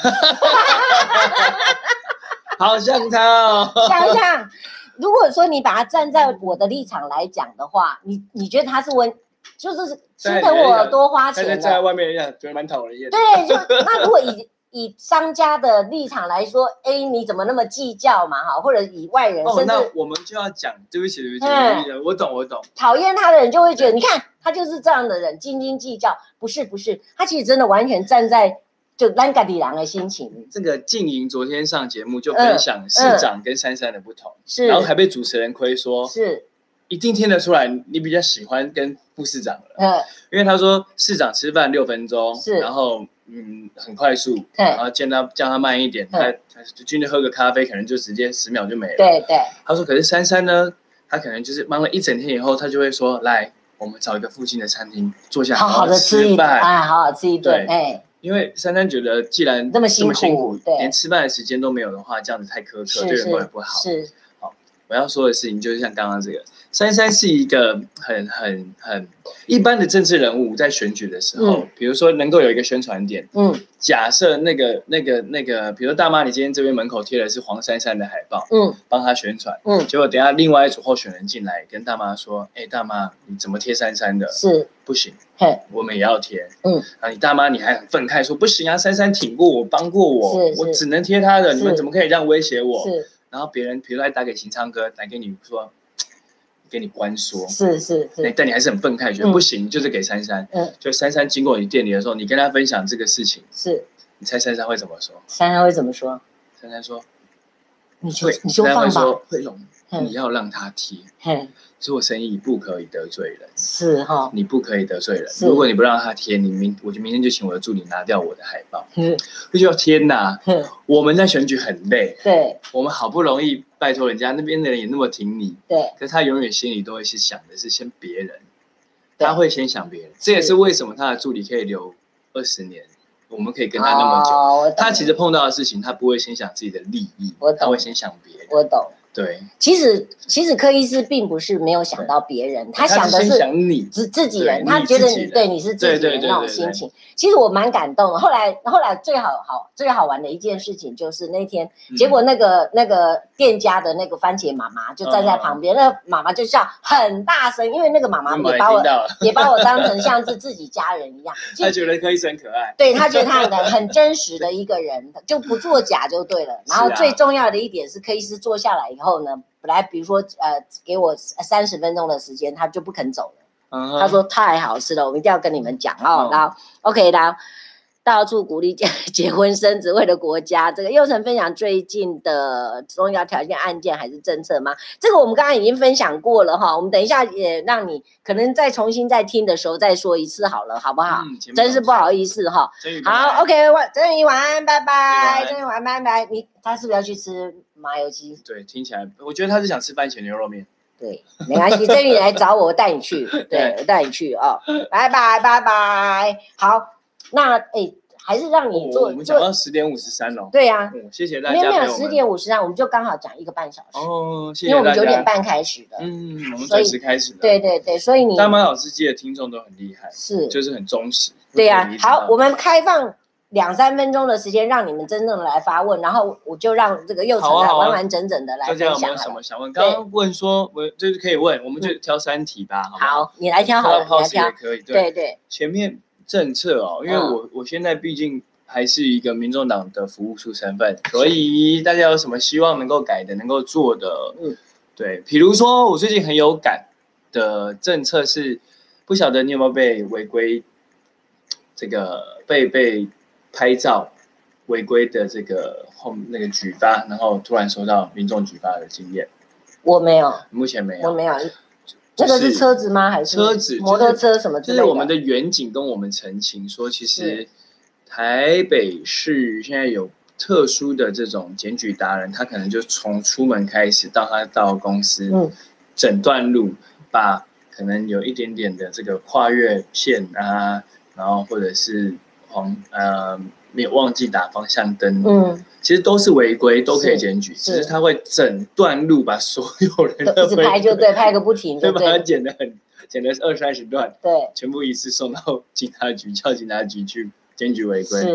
B: 好像他哦。
A: 想想，如果说你把它站在我的立场来讲的话，你你觉得他是温，就是心疼我多花钱的，
B: 在外面一样觉得蛮讨人厌。
A: 对，就那如果以以商家的立场来说，哎，你怎么那么计较嘛？哈，或者以外人，
B: 哦，
A: 甚至
B: 那我们就要讲，对不起，对不起，嗯、我懂，我懂。
A: 讨厌他的人就会觉得，你看他就是这样的人，斤斤计较。不是，不是，他其实真的完全站在。就咱家己人的心情。
B: 这个静莹昨天上节目就分享市长跟珊珊的不同，
A: 是、
B: 嗯，然后还被主持人亏说，
A: 是，
B: 一定听得出来你比较喜欢跟副市长了，嗯，因为他说市长吃饭六分钟，
A: 是，
B: 然后嗯很快速，然后见他叫他慢一点，他他进去喝个咖啡可能就直接十秒就没了，
A: 对对。
B: 他说可是珊珊呢，他可能就是忙了一整天以后，他就会说来，我们找一个附近的餐厅坐下
A: 好好的吃一顿，哎，好好吃一顿，哎。
B: 因为珊珊觉得，既然
A: 这么辛苦，
B: 辛苦连吃饭的时间都没有的话，这样子太苛刻，对人也不好。
A: 是，
B: 好，我要说的事情就是像刚刚这个，珊珊是一个很很很一般的政治人物，在选举的时候，嗯、比如说能够有一个宣传点，嗯，假设那个那个那个，比如大妈，你今天这边门口贴的是黄珊珊的海报，嗯，帮她宣传，嗯，结果等一下另外一组候选人进来跟大妈说，哎、欸，大妈，你怎么贴珊珊的？
A: 是，
B: 不行。我们也要贴，嗯，啊，你大妈你还很愤慨说不行啊，珊珊挺过我，帮过我，我只能贴她的，你们怎么可以这样威胁我？是，然后别人比如说来打给邢昌哥，来跟你说，给你关说，
A: 是是是，
B: 但你还是很愤慨，觉得不行，就是给珊珊，嗯，就珊珊经过你店里的时候，你跟她分享这个事情，
A: 是，
B: 你猜珊珊会怎么说？
A: 珊珊会怎么说？
B: 珊珊说，
A: 你就你就放吧，
B: 慧龙，你要让他贴，
A: 嗯。
B: 做生意不可以得罪人，
A: 是哈、哦，
B: 你不可以得罪人。如果你不让他贴，你明我就明天就请我的助理拿掉我的海报。嗯，就觉得天哪，嗯，我们在选举很累，
A: 对，
B: 我们好不容易拜托人家那边的人也那么挺你，
A: 对，
B: 可是他永远心里都会是想的是先别人，他会先想别人，这也是为什么他的助理可以留二十年。我们可以跟他那么久，哦、他其实碰到的事情，他不会先想自己的利益，他会先想别人。
A: 我懂。
B: 对，
A: 其实其实柯医师并不是没有想到别人，他想的是自自己人，他觉得你对你是自己人那种心情。其实我蛮感动的。后来后来最好好最好玩的一件事情就是那天，结果那个那个店家的那个番茄妈妈就站在旁边，那妈妈就笑很大声，因为那个妈妈也把我也把我当成像是自己家人一样。
B: 他觉得柯医师很可爱，
A: 对他觉得他很很真实的一个人，就不作假就对了。然后最重要的一点是，柯医师坐下来以后。后呢，本来比如说呃，给我三十分钟的时间，他就不肯走了。Uh-huh. 他说太好吃了，我们一定要跟你们讲哦。Uh-huh. 然后 OK， 然后到处鼓励结结婚生子，为了国家。这个佑成分享最近的重要条件案件还是政策吗？这个我们刚刚已经分享过了哈，我们等一下也让你可能再重新再听的时候再说一次好了，好不好？嗯、真是不好意思哈。好 ，OK， 晚真宇晚安，拜拜。真宇晚安，拜拜。你他是不是要去吃？麻油鸡，
B: 对，听起来，我觉得他是想吃番茄牛肉面。
A: 对，没关系，真宇来找我，我带你去，对，我带你去哦。拜拜，拜拜。好，那哎，还是让你做。
B: 哦、我们讲到十点五十三了。
A: 对呀、啊
B: 嗯，谢谢大家。
A: 没有没有，十点五十三，我们就刚好讲一个半小时。
B: 哦，谢谢大家。
A: 因为我们九点半开始的，
B: 嗯，我们准时开始的。
A: 对对对，所以你
B: 大妈老司机的听众都很厉害，
A: 是，
B: 就是很忠实。
A: 对呀、啊，好，我们开放。两三分钟的时间，让你们真正的来发问，然后我就让这个佑成来完完整整的来分享。
B: 大家有没有什么想问？刚刚问说，我就是可以问，我们就挑三题吧，好不好？
A: 好，你来挑好了，你来挑
B: 也可以。
A: 对对，
B: 前面政策哦，因为我我现在毕竟还是一个民众党的服务处身份，所以大家有什么希望能够改的、能够做的？嗯，对，比如说我最近很有感的政策是，不晓得你有没有被违规这个被被。拍照违规的这个后那个举发，然后突然收到民众举发的经验，
A: 我没有，
B: 目前没有，
A: 我没有。这个是车子吗？还是
B: 车子、
A: 摩托车什么之类的？
B: 就是我们的远景跟我们澄清说，其实台北市现在有特殊的这种检举达人，他可能就从出门开始到他到公司，嗯，整段路把可能有一点点的这个跨越线啊，然后或者是。呃，没有忘记打方向灯，嗯，其实都是违规，都可以检举，只是他会整段路把所有人
A: 都一直拍就对，拍个不停，
B: 就把它剪得很，剪得二三十段，
A: 对，
B: 全部一次送到警察局，叫警察局去检举违规。是，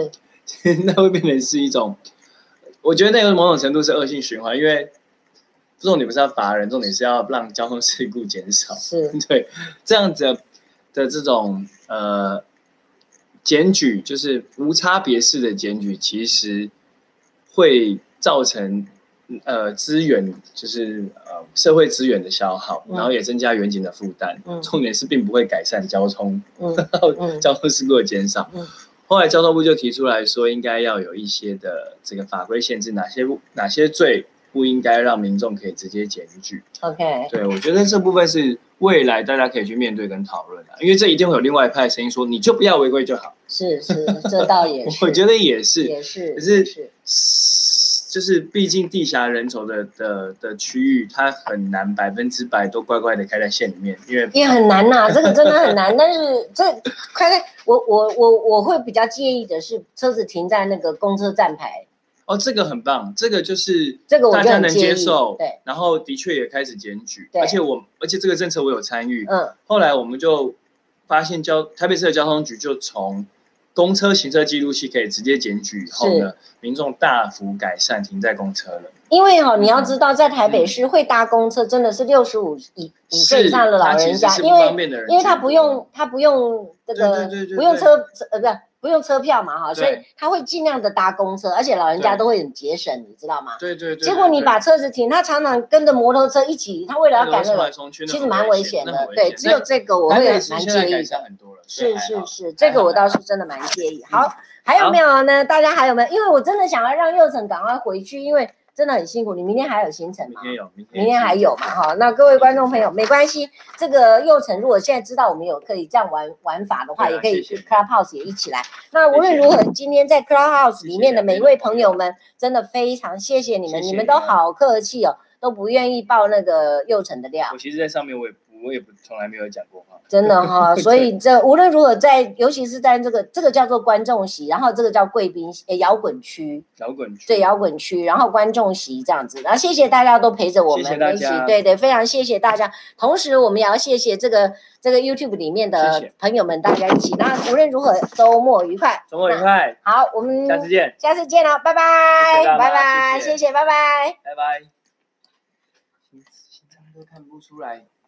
B: 那会变成是一种，我觉得那个某种程度是恶性循环，因为重点不是要罚人，重点是要让交通事故减少。
A: 是，
B: 对，这样子的这种呃检举，就是无差别式的检举，其实会造成呃资源，就是呃社会资源的消耗，嗯、然后也增加远景的负担。嗯、重点是并不会改善交通，嗯、交通事故的减少。嗯后来交通部就提出来说，应该要有一些的这个法规限制，哪些哪些罪不应该让民众可以直接检举。
A: OK，
B: 对，我觉得这部分是未来大家可以去面对跟讨论的，因为这一定会有另外一派声音说，你就不要违规就好。
A: 是是，这倒也是，
B: 我觉得也是，
A: 也是，
B: 可是就是毕竟地狭人稠的的的区域，它很难百分之百都乖乖的开在线里面，因为
A: 也很难呐、啊，这个真的很难。但是这开在我我我我会比较介意的是车子停在那个公车站牌。
B: 哦，这个很棒，这个就是
A: 这个
B: 大家能接受，
A: 对，
B: 然后的确也开始检举，而且我而且这个政策我有参与，
A: 嗯，
B: 后来我们就发现交台北市的交通局就从公车行车记录器可以直接检举以后呢，民众大幅改善停在公车了。
A: 因为哈、哦，你要知道，在台北市会搭公车真的是六十五以五岁以上的老人家，因为因为他不用他不用这个不用车呃不是不用车票嘛哈，所以他会尽量的搭公车，而且老人家都会很节省，你知道吗？
B: 对对对。
A: 结果你把车子停，他常常跟着摩托车一起，他为了要赶那个，其实蛮危险的。对，只有这个我会蛮介意的。是是是，这个我倒是真的蛮介意。好，还有没有呢？大家还有没有？因为我真的想要让佑成赶快回去，因为真的很辛苦。你明天还有行程吗？
B: 明天有，明天
A: 明天还有嘛？哈，那各位观众朋友，没关系。这个佑成如果现在知道我们有可以这样玩玩法的话，也可以去 Clubhouse 也一起来。那无论如何，今天在 Clubhouse 里面的每一位朋友们，真的非常谢谢你们，你们都好客气哦，都不愿意爆那个佑成的料。
B: 我其实，在上面我也我也不从来没有讲过话。
A: 真的哈、哦，所以这无论如何在，尤其是在这个这个叫做观众席，然后这个叫贵宾呃摇滚区，
B: 摇滚区
A: 对摇滚区，然后观众席这样子，然后谢谢大家都陪着我们一起，对对，非常谢谢大家。同时我们也要谢谢这个这个 YouTube 里面的朋友们，大家一起。那无论如何，周末愉快，
B: 周末愉快。
A: 好，我们
B: 下次见，
A: 下次见了，拜拜，
B: 谢谢
A: 拜拜，谢谢，拜拜，
B: 拜拜。心脏都看不出来。